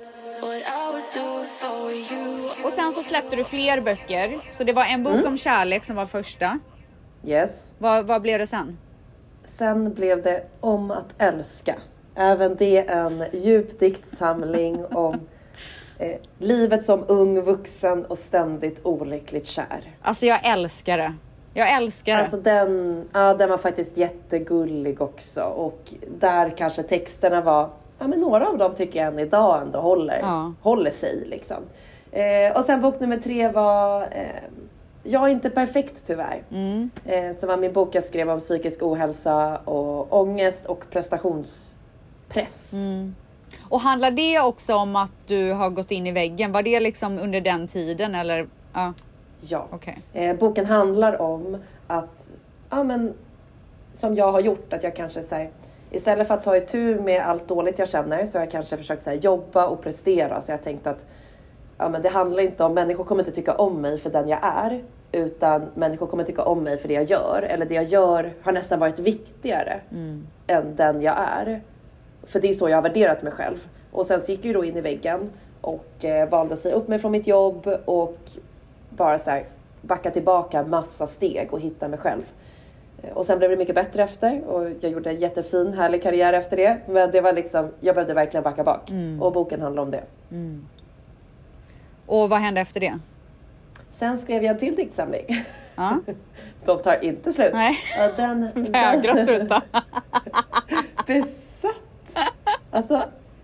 [SPEAKER 4] Och sen så släppte du fler böcker. Så det var en bok om kärlek som var första.
[SPEAKER 5] Yes.
[SPEAKER 4] Vad blev det sen?
[SPEAKER 5] Sen blev det Om att älska. Även det en djup diktsamling om livet som ung vuxen och ständigt olyckligt kär.
[SPEAKER 4] Alltså jag älskar det. Jag älskar det.
[SPEAKER 5] Alltså den var faktiskt jättegullig också. Och där kanske texterna var... Ja, men några av dem tycker jag än idag ändå håller sig liksom. Och sen bok nummer 3 var Jag är inte perfekt tyvärr. Så var min bok jag skrev om psykisk ohälsa och ångest och prestationspress.
[SPEAKER 4] Och handlar det också om att du har gått in i väggen? Var det liksom under den tiden eller?
[SPEAKER 5] Ja.
[SPEAKER 4] Okay.
[SPEAKER 5] Boken handlar om att som jag har gjort, att jag kanske så här, istället för att ta itu med allt dåligt jag känner, så har jag kanske försökt så här, jobba och prestera. Så jag tänkte att det handlar inte om, människor kommer inte tycka om mig för den jag är, utan människor kommer tycka om mig för det jag gör. Eller det jag gör har nästan varit viktigare än den jag är. För det är så jag har värderat mig själv. Och sen så gick jag då in i väggen och valde sig upp mig från mitt jobb och bara så här, backa tillbaka massa steg och hitta mig själv. Och sen blev det mycket bättre efter. Och jag gjorde en jättefin, härlig karriär efter det. Men det var liksom, jag behövde verkligen backa bak. Och boken handlar om det.
[SPEAKER 4] Och vad hände efter det?
[SPEAKER 5] Sen skrev jag en till diktsamling.
[SPEAKER 4] Ja.
[SPEAKER 5] De tar inte slut.
[SPEAKER 4] Nej,
[SPEAKER 5] den
[SPEAKER 4] vägrar sluta.
[SPEAKER 5] Besatt. Alltså...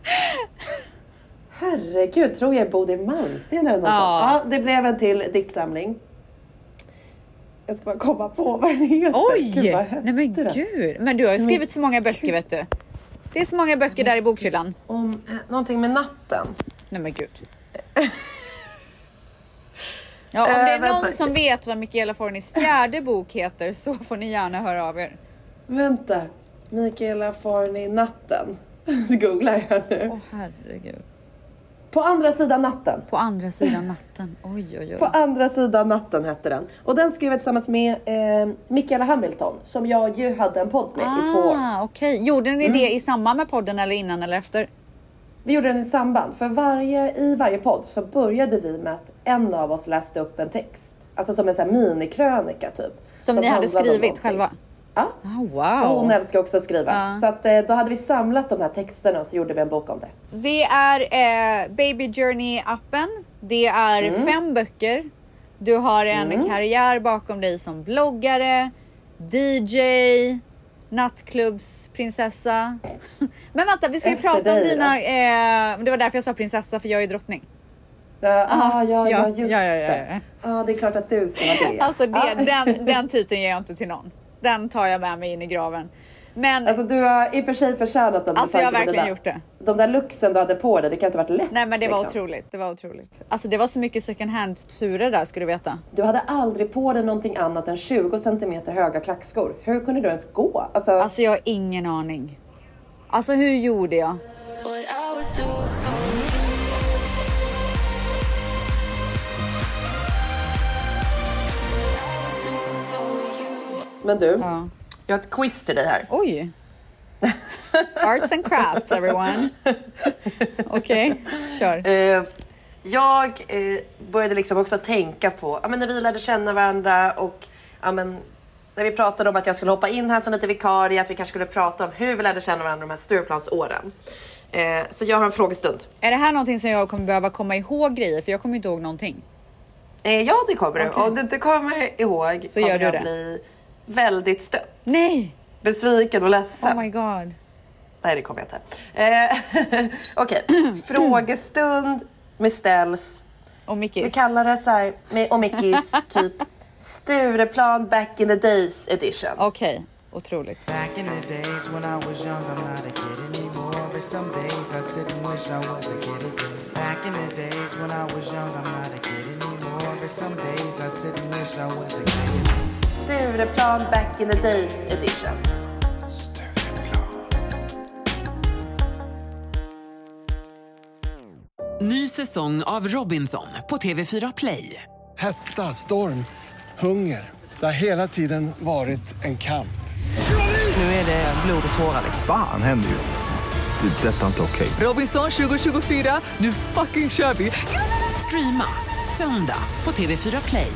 [SPEAKER 5] Herregud, tror jag Bodil Malmsten eller något sånt. Ja, det blev en till diktsamling. Jag ska bara komma på vad den heter.
[SPEAKER 4] Oj, gud, nej men gud. Men du har ju skrivit så många böcker, vet du. Det är så många böcker där i bokhyllan.
[SPEAKER 5] Om någonting med natten.
[SPEAKER 4] Nej men gud. Ja, om det är någon som vet vad Michaela Fornis 4:e bok heter, så får ni gärna höra av er.
[SPEAKER 5] Vänta. Michaela Forni natten. Googlar jag nu.
[SPEAKER 4] Herregud.
[SPEAKER 5] På andra sidan natten.
[SPEAKER 4] På andra sidan natten. Oj.
[SPEAKER 5] På andra sidan natten hette den. Och den skrev jag tillsammans med Michaela Hamilton, som jag ju hade en podd med i 2 år.
[SPEAKER 4] Okej. Gjorde ni det i samband med podden eller innan eller efter?
[SPEAKER 5] Vi gjorde den i samband. För i varje podd så började vi med att en av oss läste upp en text. Alltså som en sån här minikrönika typ.
[SPEAKER 4] Som ni hade skrivit själva?
[SPEAKER 5] Ja.
[SPEAKER 4] Oh, wow.
[SPEAKER 5] För hon älskar också att skriva. Så att, då hade vi samlat de här texterna och så gjorde vi en bok om det.
[SPEAKER 4] Det är Baby Journey-appen. Det är 5 böcker. Du har en karriär bakom dig som bloggare, DJ, nattklubbsprinsessa. Men vänta, vi ska ju prata om dina... det var därför jag sa prinsessa, för jag är drottning.
[SPEAKER 5] Ja, just det. Ja, det är klart att du ska vara det.
[SPEAKER 4] Alltså den titeln ger jag inte till någon. Den tar jag med mig in i graven. Men
[SPEAKER 5] alltså du har i och för sig förtjänat den.
[SPEAKER 4] Alltså jag har verkligen gjort det.
[SPEAKER 5] De där luxen du hade på dig, det kan inte varit lätt.
[SPEAKER 4] Nej, men det var otroligt. Det var otroligt. Alltså det var så mycket second hand-turer där, ska du veta.
[SPEAKER 5] Du hade aldrig på dig någonting annat än 20 centimeter höga klackskor. Hur kunde du ens gå?
[SPEAKER 4] Alltså jag har ingen aning. Alltså hur gjorde jag?
[SPEAKER 5] Men du, jag har ett quiz till dig här.
[SPEAKER 4] Oj. Arts and crafts, everyone. Okej, kör.
[SPEAKER 5] Jag började liksom också tänka på, när vi lärde känna varandra och när vi pratade om att jag skulle hoppa in här som lite vikarie, att vi kanske skulle prata om hur vi lärde känna varandra de här Stureplansåren. Så jag har en frågestund.
[SPEAKER 4] Är det här någonting som jag kommer behöva komma ihåg grejer? För jag kommer inte ihåg någonting.
[SPEAKER 5] Ja, det kommer du. Om du inte kommer ihåg så kommer jag bli väldigt stött.
[SPEAKER 4] Nej!
[SPEAKER 5] Besviken och ledsen.
[SPEAKER 4] Oh my god.
[SPEAKER 5] Nej, det kommer jag inte. Okej, frågestund med ställs.
[SPEAKER 4] Och Mickis.
[SPEAKER 5] Vi kallar det så här, och Mickis, typ Stureplan back in the days edition.
[SPEAKER 4] Okej, otroligt.
[SPEAKER 13] Back in the days when I was young, I'm not a kid anymore. But some days I sit and wish I was a kid again. Back in the days when I was young, I'm not a kid anymore. But some days I sit and wish I was a kid again.
[SPEAKER 5] Stureplan back in the days edition.
[SPEAKER 1] Ny säsong av Robinson på TV4 Play.
[SPEAKER 2] Hetta, storm, hunger. Det har hela tiden varit en kamp.
[SPEAKER 1] Nu är det blod och tårar.
[SPEAKER 3] Fan händer just det. Det är detta inte okej.
[SPEAKER 1] Robinson 2024, nu fucking kör vi. Streama söndag på TV4 Play.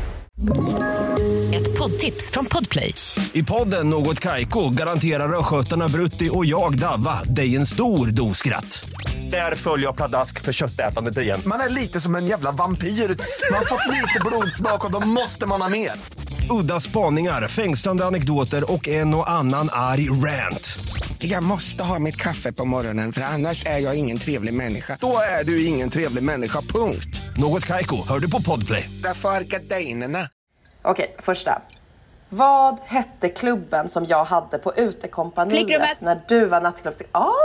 [SPEAKER 8] Ett poddtips från Podplay.
[SPEAKER 14] I podden Något Kaiko garanterar röskötarna Brutti och jag Davva dig en stor doskratt. Där följer jag pladask för köttätandet igen.
[SPEAKER 15] Man är lite som en jävla vampyr. Man har fått lite blodsmak och då måste man ha mer.
[SPEAKER 14] Udda spaningar, fängslande anekdoter och en och annan arg rant.
[SPEAKER 15] Jag måste ha mitt kaffe på morgonen för annars är jag ingen trevlig människa. Då är du ingen trevlig människa, punkt.
[SPEAKER 14] Något Kaiko, hör du på Podplay.
[SPEAKER 15] Därför är gardinerna.
[SPEAKER 5] Okej, första. Vad hette klubben som jag hade på utekompaniet när du var nattklubbs?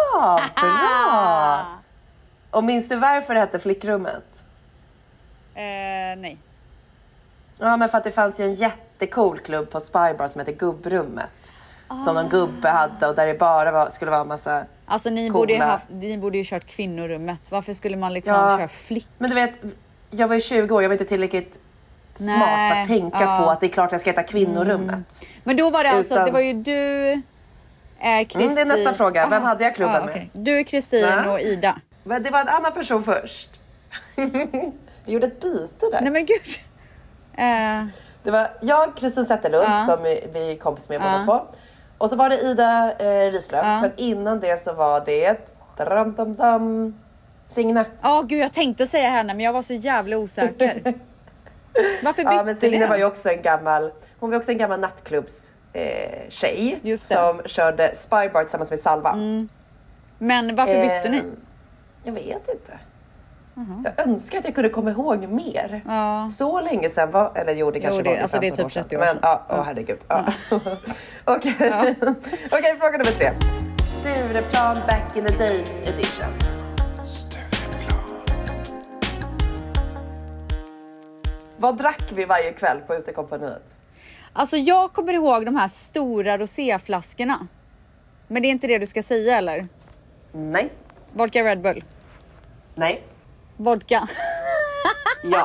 [SPEAKER 5] Bra! Och minns du varför det hette Flickrummet?
[SPEAKER 4] Nej.
[SPEAKER 5] Ja, men för att det fanns ju en jättecool klubb på Spybar som heter Gubbrummet. Som en gubbe hade och där det bara skulle vara en massa
[SPEAKER 4] alltså ni borde ju kört kvinnorummet. Varför skulle man liksom köra flick?
[SPEAKER 5] Men du vet, jag var ju 20 år, jag var inte tillräckligt smart för att tänka på att det är klart jag ska heta kvinnorummet.
[SPEAKER 4] Men då var det alltså, det var ju du, Kristin.
[SPEAKER 5] Det är nästa fråga, vem hade jag klubben med?
[SPEAKER 4] Du, Kristin och Ida.
[SPEAKER 5] Men det var en annan person först. Vi gjorde ett byte där.
[SPEAKER 4] Nej men gud.
[SPEAKER 5] Det var jag, Kristin Zetterlund, som vi är kompis med båda två. Och så var det Ida Rislöv. Men innan det så var det Signe.
[SPEAKER 4] Gud, jag tänkte säga henne, men jag var så jävla osäker. Varför bytte
[SPEAKER 5] men Signe var ju också en gammal nattklubbs tjej som körde Spybar tillsammans med Salva.
[SPEAKER 4] Men varför bytte ni?
[SPEAKER 5] Jag vet inte. Jag önskar att jag kunde komma ihåg mer. Så länge sedan var... Eller jo, det kanske var
[SPEAKER 4] alltså det är typ 30 år
[SPEAKER 5] sedan. Men herregud. Okej, fråga nummer 3. Stureplan back in the days edition. Vad drack vi varje kväll på utekompaniet?
[SPEAKER 4] Alltså jag kommer ihåg de här stora roséflaskorna. Men det är inte det du ska säga, eller?
[SPEAKER 5] Nej.
[SPEAKER 4] Vodka Red Bull?
[SPEAKER 5] Nej.
[SPEAKER 4] Vodka?
[SPEAKER 5] Ja.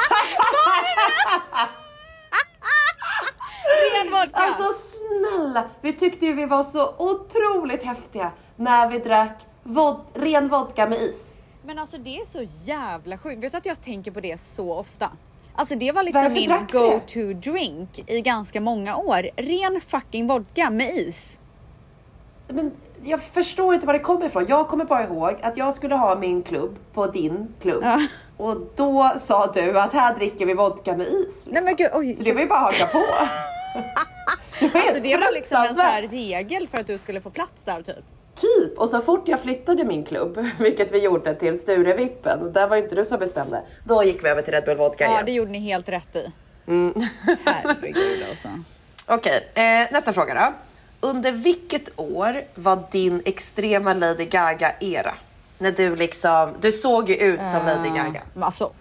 [SPEAKER 4] Ren vodka.
[SPEAKER 5] Alltså snälla, vi tyckte ju vi var så otroligt häftiga när vi drack ren vodka med is.
[SPEAKER 4] Men alltså det är så jävla sjukt. Vet du att jag tänker på det så ofta? Alltså det var liksom
[SPEAKER 5] Varför
[SPEAKER 4] min
[SPEAKER 5] drack
[SPEAKER 4] go-to drink i ganska många år. Ren fucking vodka med is.
[SPEAKER 5] Men jag förstår inte var det kommer ifrån. Jag kommer bara ihåg att jag skulle ha min klubb på din klubb.
[SPEAKER 4] Ja.
[SPEAKER 5] Och då sa du att här dricker vi vodka med is. Liksom.
[SPEAKER 4] Nej men gud, oj.
[SPEAKER 5] Så det var ju bara att haka på.
[SPEAKER 4] Alltså det var liksom en så här regel för att du skulle få plats där typ.
[SPEAKER 5] Typ, och så fort jag flyttade min klubb, vilket vi gjorde till Sturevippen, där var inte du som bestämde. Då gick vi över till Red Bull Vodka igen.
[SPEAKER 4] Ja, det gjorde ni helt rätt i. Herregud alltså.
[SPEAKER 5] Okej, nästa fråga då. Under vilket år var din extrema Lady Gaga-era? När du liksom, du såg ju ut som Lady Gaga.
[SPEAKER 4] Alltså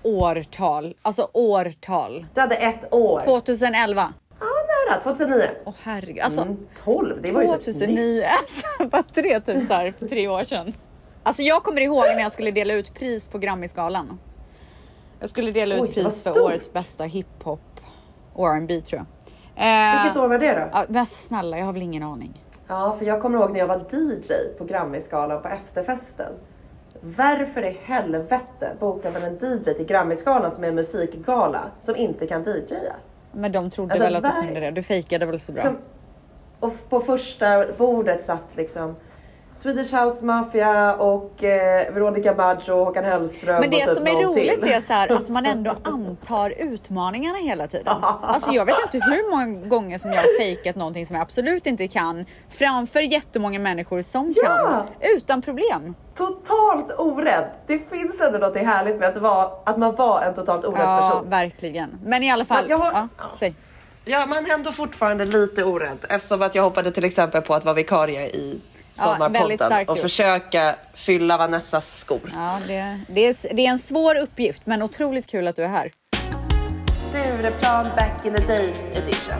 [SPEAKER 4] årtal.
[SPEAKER 5] Du hade ett år.
[SPEAKER 4] 2011.
[SPEAKER 5] Ja, nära. 2009.
[SPEAKER 4] Åh herregud. Alltså,
[SPEAKER 5] 12, det var
[SPEAKER 4] 2009. Alltså, var det typ så här för 3 år sedan. Alltså jag kommer ihåg när jag skulle dela ut pris på Grammy-skalan. Jag skulle dela ut pris för årets bästa hiphop och R&B tror jag.
[SPEAKER 5] Vilket år var det då?
[SPEAKER 4] Ja, men snälla, jag har väl ingen aning.
[SPEAKER 5] Ja, för jag kommer ihåg när jag var DJ på Grammy-skalan på efterfesten. Varför i helvete bokar man en DJ till Grammy-skalan som är en musikgala som inte kan DJa?
[SPEAKER 4] Men de trodde väl att du kunde det. Du fejkade väl så bra.
[SPEAKER 5] Och på första bordet satt liksom Swedish House Mafia och Veronica Maggio och Håkan Hellström.
[SPEAKER 4] Men det
[SPEAKER 5] och typ
[SPEAKER 4] som är roligt är så här att man ändå antar utmaningarna hela tiden. Alltså jag vet inte hur många gånger som jag har fejkat någonting som jag absolut inte kan framför jättemånga människor som kan. Utan problem.
[SPEAKER 5] Totalt orädd. Det finns ändå något härligt med att man var en totalt orädd person.
[SPEAKER 4] Ja, verkligen. Men i alla fall, säg.
[SPEAKER 5] Ja, man är ändå fortfarande lite orädd. Eftersom att jag hoppade till exempel på att vara vikarie i sommarpodden och försöka fylla Vanessas skor.
[SPEAKER 4] Ja, det är en svår uppgift, men otroligt kul att du är här.
[SPEAKER 5] Stureplan back in the days edition.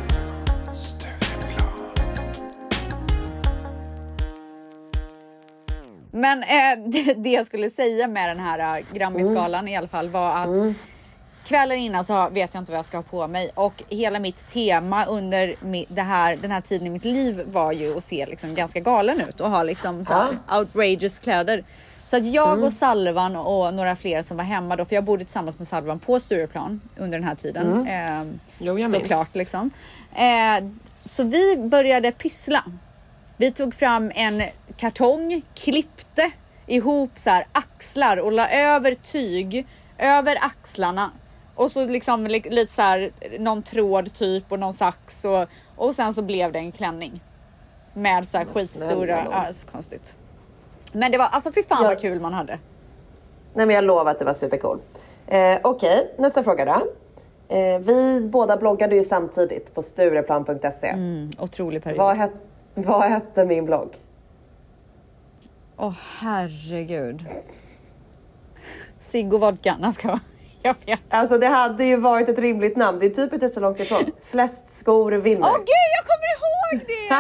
[SPEAKER 4] Men det jag skulle säga med den här Grammy-skalan i alla fall var att kvällen innan så vet jag inte vad jag ska ha på mig. Och hela mitt tema under den här tiden i mitt liv var ju att se liksom ganska galen ut. Och ha liksom så här outrageous kläder. Så att jag och Salvan och några fler som var hemma då. För jag bodde tillsammans med Salvan på Stureplan under den här tiden. Såklart liksom. Så vi började pyssla. Vi tog fram en kartong, klippte ihop så här axlar och la över tyg över axlarna. Och så liksom lite så här någon tråd typ och någon sax och sen så blev det en klänning med så här skitstora, så konstigt. Men det var alltså för fan vad kul man hade.
[SPEAKER 5] Nej, men jag lovar att det var supercool. Okej, nästa fråga då. Vi båda bloggade ju samtidigt på Stureplan.se.
[SPEAKER 4] Otrolig period.
[SPEAKER 5] Vad hette min blogg?
[SPEAKER 4] Herregud. Siggo Vodka, jag vet.
[SPEAKER 5] Alltså det hade ju varit ett rimligt namn. Det är typ inte så långt ifrån. Flest skor vinner.
[SPEAKER 4] Åh gud, jag kommer ihåg det!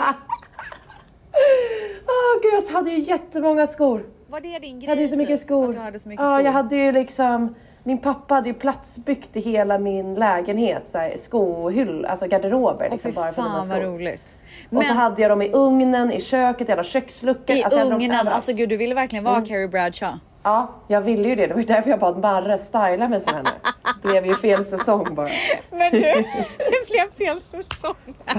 [SPEAKER 5] Gud, jag hade ju jättemånga skor.
[SPEAKER 4] Var det din grej?
[SPEAKER 5] Jag hade ju så mycket skor.
[SPEAKER 4] Att du hade så mycket skor?
[SPEAKER 5] Jag hade ju liksom... Min pappa hade ju platsbyggt i hela min lägenhet. Så här, skohyll, alltså garderober. Liksom, bara för
[SPEAKER 4] fan vad roligt.
[SPEAKER 5] Och så hade jag dem i ugnen, i köket, jävla köksluckor.
[SPEAKER 4] I ugnen, alltså gud, du ville verkligen vara Carrie Bradshaw.
[SPEAKER 5] Ja, jag ville ju det. Det var därför jag bad Marre styla mig som henne. Det blev ju fel säsong bara.
[SPEAKER 4] Men du, det blev fel säsong.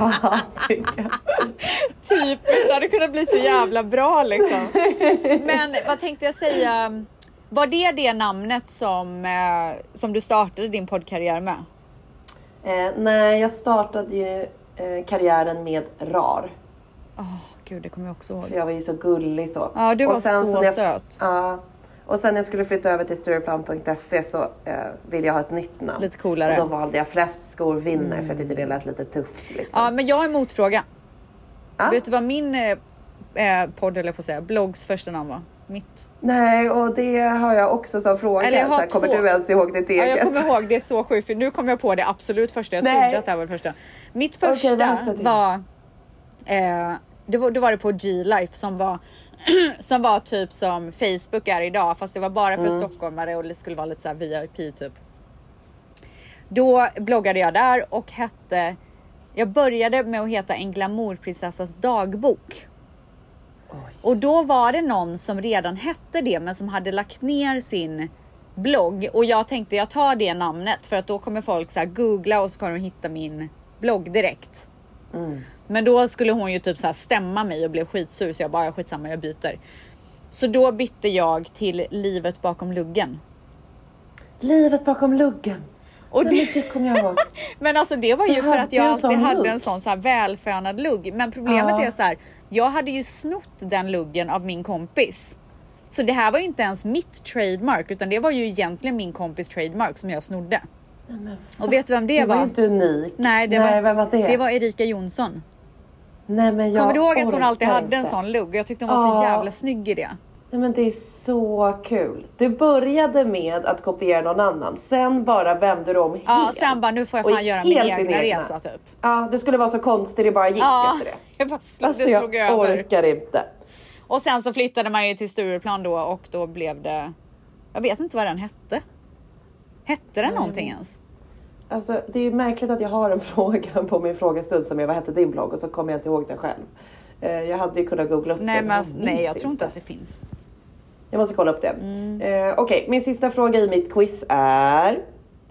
[SPEAKER 4] Typiskt, det hade kunnat bli så jävla bra liksom. Men vad tänkte jag säga? Var det namnet som du startade din poddkarriär med?
[SPEAKER 5] Nej, jag startade ju karriären med RAR.
[SPEAKER 4] Gud, det kommer jag också ihåg.
[SPEAKER 5] För jag var ju så gullig så.
[SPEAKER 4] Ja, du var så söt.
[SPEAKER 5] Och sen när jag skulle flytta över till Stureplan.se så ville jag ha ett nytt namn.
[SPEAKER 4] Lite coolare.
[SPEAKER 5] Och då valde jag flest skor vinner för jag tyckte det lät lite tufft. Liksom.
[SPEAKER 4] Ja, men jag har en motfråga. Vet du vad min podd, eller på att säga, bloggs första namn var? Mitt.
[SPEAKER 5] Nej, och det har jag också som fråga.
[SPEAKER 4] Eller jag har
[SPEAKER 5] kommer du ens ihåg ditt eget?
[SPEAKER 4] Ja, jag kommer ihåg, det är så sjukt. För nu kom jag på det absolut första. Jag trodde att det här var det första. Mitt första var... Då var det på G-Life som var typ som Facebook är idag. Fast det var bara för stockholmare och det skulle vara lite så här VIP typ. Då bloggade jag där och jag började med att heta En glamourprinsessas dagbok. Och då var det någon som redan hette det, men som hade lagt ner sin blogg. Och jag tänkte, jag tar det namnet, för att då kommer folk så här googla och så kommer de hitta min blogg direkt. Men då skulle hon ju typ så här stämma mig och blev skitsur, så jag bara, skitsamma, jag byter. Så då bytte jag till Livet bakom luggen.
[SPEAKER 5] Livet bakom luggen.
[SPEAKER 4] Och
[SPEAKER 5] det kommer jag ihåg.
[SPEAKER 4] Men alltså det var ju för att jag alltid hade en sån så här välfönad lugg. Men problemet är så här, jag hade ju snott den luggen av min kompis. Så det här var ju inte ens mitt trademark, utan det var ju egentligen min kompis trademark som jag snodde. Och vet du vem det var?
[SPEAKER 5] Det var inte unik.
[SPEAKER 4] Nej,
[SPEAKER 5] vem var det?
[SPEAKER 4] Det var Erika Jonsson.
[SPEAKER 5] Nej, men jag
[SPEAKER 4] kommer du ihåg att hon alltid hade
[SPEAKER 5] inte
[SPEAKER 4] en sån lugg? Jag tyckte hon var så jävla snygg i det.
[SPEAKER 5] Nej, men det är så kul. Du började med att kopiera någon annan. Sen bara vände du om helt.
[SPEAKER 4] Ja, sen bara, nu får jag fan göra min egna resa typ.
[SPEAKER 5] Ja, du skulle vara så konstig det bara gick efter det.
[SPEAKER 4] Jag bara
[SPEAKER 5] jag orkar inte.
[SPEAKER 4] Och sen så flyttade man ju till Stureplan då, och då blev det... Jag vet inte vad den hette. Hette den någonting ens?
[SPEAKER 5] Alltså, det är ju märkligt att jag har en fråga på min frågestund som är, vad hette din blogg? Och så kommer jag inte ihåg den själv. Jag hade ju kunnat googla upp
[SPEAKER 4] den.
[SPEAKER 5] Nej,
[SPEAKER 4] jag tror inte att det finns.
[SPEAKER 5] Jag måste kolla upp det. Okej, min sista fråga i mitt quiz är: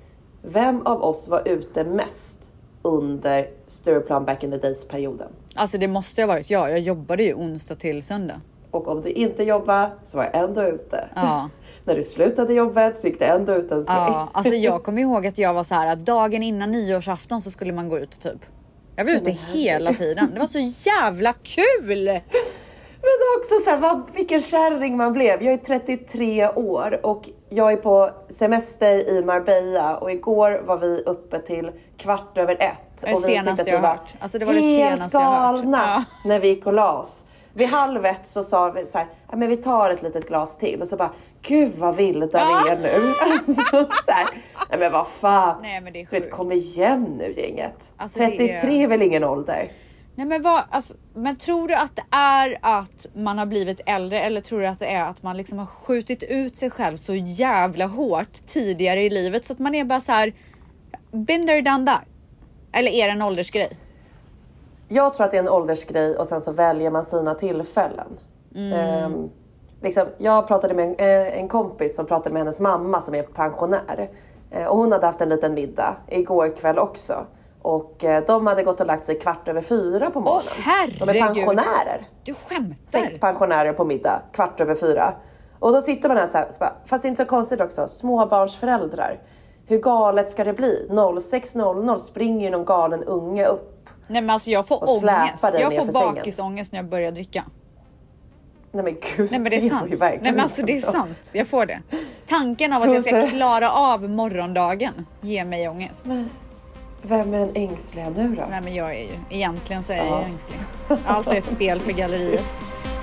[SPEAKER 5] vem av oss var ute mest under Stureplan back in the days-perioden?
[SPEAKER 4] Alltså det måste ha varit jag. Jag jobbade ju onsdag till söndag.
[SPEAKER 5] Och om du inte jobbade så var jag ändå ute.
[SPEAKER 4] Ja.
[SPEAKER 5] När du slutade jobbet så gick det ändå ut en sväng.
[SPEAKER 4] Ja, alltså jag kommer ihåg att jag var så här att dagen innan nyårsafton så skulle man gå ut typ. Jag var ute hela tiden. Det var så jävla kul!
[SPEAKER 5] Men också så här, vilken kärring man blev. Jag är 33 år och jag är på semester i Marbella. Och igår var vi uppe till 1:15.
[SPEAKER 4] Det senaste jag har hört. Alltså det var det senaste jag har hört.
[SPEAKER 5] Ja. När vi gick och las. Vid 12:30 så sa vi så här, men vi tar ett litet glas till. Och så bara, gud vad vilda vi är nu. Alltså, så här, nej men vad fan.
[SPEAKER 4] Nej, men det är sjukt.
[SPEAKER 5] Kom igen nu gänget.
[SPEAKER 4] Alltså,
[SPEAKER 5] 33 är väl ingen ålder.
[SPEAKER 4] Nej men men tror du att det är att man har blivit äldre, eller tror du att det är att man liksom har skjutit ut sig själv så jävla hårt tidigare i livet så att man är bara så här been there, done that? Eller är det en åldersgrej?
[SPEAKER 5] Jag tror att det är en åldersgrej och sen så väljer man sina tillfällen. Jag pratade med en kompis som pratade med hennes mamma som är pensionär. Och hon hade haft en liten middag igår kväll också. Och de hade gått och lagt sig 4:15 på morgonen.
[SPEAKER 4] Herregud.
[SPEAKER 5] De är pensionärer.
[SPEAKER 4] Du skämtar.
[SPEAKER 5] 6 pensionärer på middag, 4:15. Och då sitter man här så här, fast det är inte så konstigt också. Småbarnsföräldrar. Hur galet ska det bli? 06:00 springer någon galen unge upp.
[SPEAKER 4] Nej men alltså jag får ångest. Jag får bakisångest när jag börjar dricka.
[SPEAKER 5] Nej men gud.
[SPEAKER 4] Nej men det är sant. Nej men alltså det är sant. Jag får det. Tanken av att jag ska klara av morgondagen ger mig ångest.
[SPEAKER 5] Men vem är den ängsliga nu då?
[SPEAKER 4] Nej men jag är ju, egentligen så är jag ängslig. Allt är ett spel för galleriet.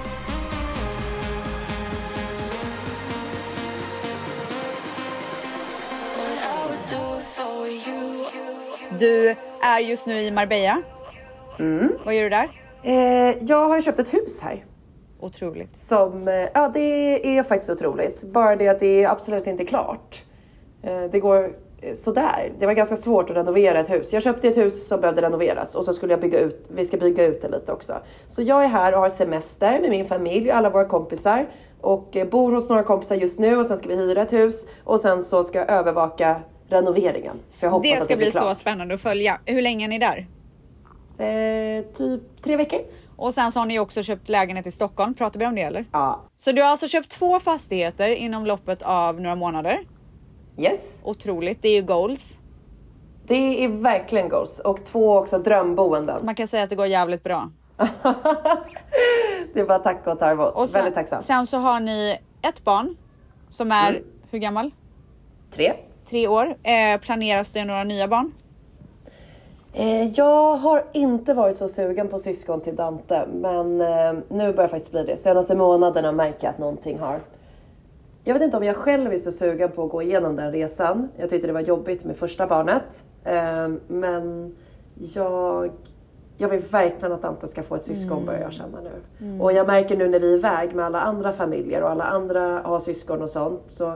[SPEAKER 4] Du är just nu i Marbella. Vad gör du där?
[SPEAKER 5] Jag har köpt ett hus här.
[SPEAKER 4] Otroligt.
[SPEAKER 5] Det är faktiskt otroligt. Bara det att det är absolut inte klart. Det går sådär. Det var ganska svårt att renovera ett hus. Jag köpte ett hus som behövde renoveras. Och så skulle vi ska bygga ut det lite också. Så jag är här och har semester med min familj och alla våra kompisar. Och bor hos några kompisar just nu. Och sen ska vi hyra ett hus. Och sen så ska jag övervaka renoveringen. Så jag hoppas
[SPEAKER 4] det ska
[SPEAKER 5] att det
[SPEAKER 4] bli
[SPEAKER 5] klart.
[SPEAKER 4] Så spännande att följa. Hur länge är ni där?
[SPEAKER 5] Typ 3 veckor.
[SPEAKER 4] Och sen så har ni också köpt lägenhet i Stockholm. Pratar vi om det eller?
[SPEAKER 5] Ja.
[SPEAKER 4] Så du har alltså köpt 2 fastigheter inom loppet av några månader?
[SPEAKER 5] Yes.
[SPEAKER 4] Otroligt. Det är ju goals.
[SPEAKER 5] Det är verkligen goals. Och 2 också drömboenden.
[SPEAKER 4] Man kan säga att det går jävligt bra.
[SPEAKER 5] Det är bara tack och ta emot.
[SPEAKER 4] Och sen,
[SPEAKER 5] väldigt tacksam.
[SPEAKER 4] Sen så har ni ett barn som är hur gammal? 3 år. Planeras det några nya barn?
[SPEAKER 5] Jag har inte varit så sugen på syskon till Dante. Men nu börjar faktiskt bli det. Senaste månaderna märker jag att någonting har. Jag vet inte om jag själv är så sugen på att gå igenom den resan. Jag tyckte det var jobbigt med första barnet. Men jag vill verkligen att Dante ska få ett syskon, börjar jag känna nu. Och jag märker nu när vi är iväg med alla andra familjer och alla andra har syskon och sånt. Så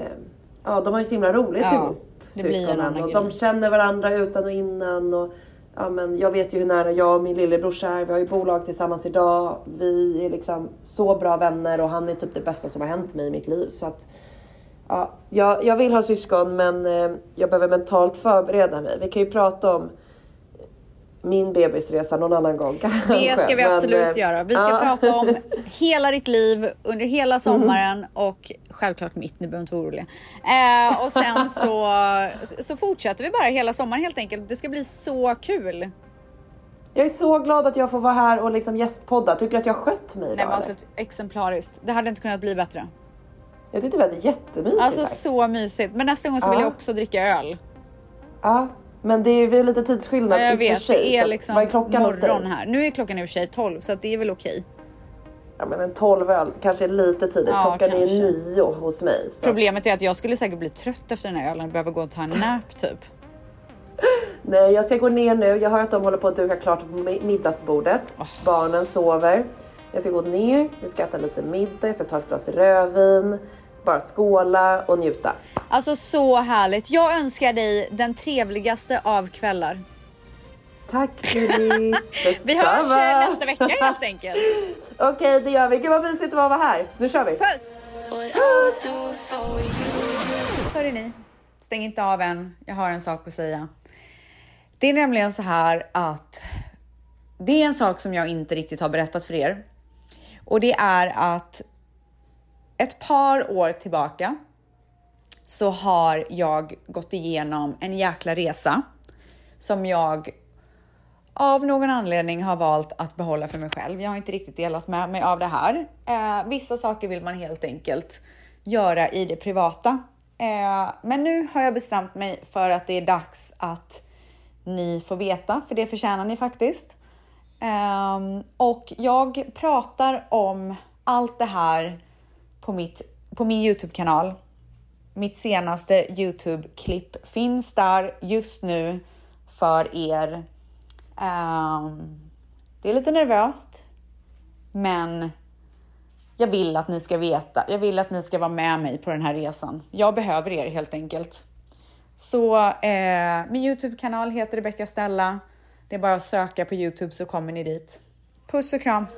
[SPEAKER 5] de har ju så himla roligt ihop. Syskonen. Och de känner varandra utan och innan. Och ja, men jag vet ju hur nära jag och min lillebrorsa är. Vi har ju bolag tillsammans idag. Vi är liksom så bra vänner och han är typ det bästa som har hänt mig i mitt liv. Så att, ja, jag vill ha syskon, men jag behöver mentalt förbereda mig. Vi kan ju prata om min bebisresa någon annan gång.
[SPEAKER 4] Det ska vi absolut göra. Vi ska prata om hela ditt liv under hela sommaren och självklart mitt, ni behöver inte vara oroliga. Och sen så fortsätter vi bara hela sommaren helt enkelt. Det ska bli så kul.
[SPEAKER 5] Jag är så glad att jag får vara här och liksom gästpodda. Tycker du att jag har skött mig idag?
[SPEAKER 4] Nej, men alltså exemplariskt. Det hade inte kunnat bli bättre.
[SPEAKER 5] Jag tyckte vi hade jättemysigt.
[SPEAKER 4] Alltså så mysigt. Men nästa gång så vill jag också dricka öl.
[SPEAKER 5] Ja. Men det är väl lite tidsskillnad.
[SPEAKER 4] Ja, jag vet, det är liksom
[SPEAKER 5] vad är klockan
[SPEAKER 4] morgon här. Nu är klockan i och för sig 12, så att det är väl okej.
[SPEAKER 5] Ja, men en 12 öl kanske är lite tidigt.
[SPEAKER 4] Ja,
[SPEAKER 5] klockan
[SPEAKER 4] kanske.
[SPEAKER 5] är 9 hos mig. Så.
[SPEAKER 4] Problemet är att jag skulle säkert bli trött efter den här ölen och behöva gå och ta en nap typ.
[SPEAKER 5] Nej, jag ska gå ner nu. Jag hör att de håller på att duka klart på middagsbordet. Barnen sover. Jag ska gå ner, vi ska äta lite middag, jag ska ta ett glas rödvin. Bara skåla och njuta.
[SPEAKER 4] Alltså så härligt. Jag önskar dig den trevligaste av kvällar.
[SPEAKER 5] Tack Iris.
[SPEAKER 4] Vi hörs nästa vecka helt enkelt.
[SPEAKER 5] Okej, det gör vi. Gud vad mysigt att vara här. Nu kör vi.
[SPEAKER 4] Puss! Hörde ni? Stäng inte av än. Jag har en sak att säga. Det är nämligen så här att det är en sak som jag inte riktigt har berättat för er. Och det är att ett par år tillbaka så har jag gått igenom en jäkla resa som jag av någon anledning har valt att behålla för mig själv. Jag har inte riktigt delat med mig av det här. Vissa saker vill man helt enkelt göra i det privata. Men nu har jag bestämt mig för att det är dags att ni får veta, för det förtjänar ni faktiskt. Och jag pratar om allt det här på min YouTube-kanal. Mitt senaste YouTube-klipp finns där just nu för er. Det är lite nervöst, men jag vill att ni ska veta. Jag vill att ni ska vara med mig på den här resan. Jag behöver er helt enkelt. Så min YouTube-kanal heter Rebecca Stella. Det är bara att söka på YouTube så kommer ni dit. Puss och kram!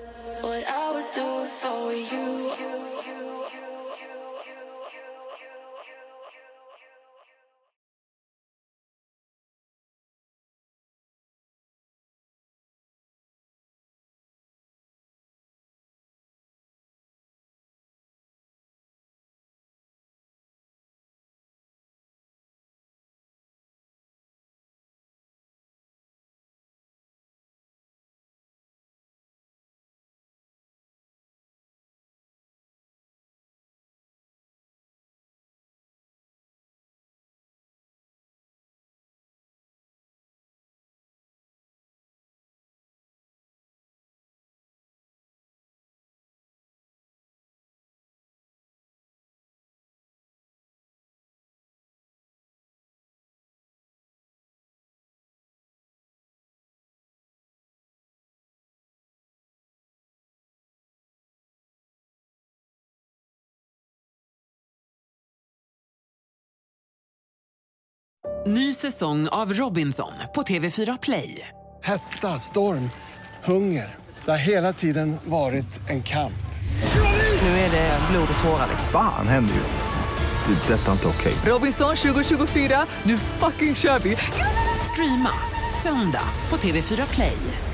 [SPEAKER 1] Ny säsong av Robinson på TV4 Play.
[SPEAKER 2] Hetta, storm, hunger. Det har hela tiden varit en kamp.
[SPEAKER 1] Nu är det blod och tårar.
[SPEAKER 3] Fan händer just det. Det är detta inte okej.
[SPEAKER 1] Robinson 2024, nu fucking kör vi. Streama söndag på TV4 Play.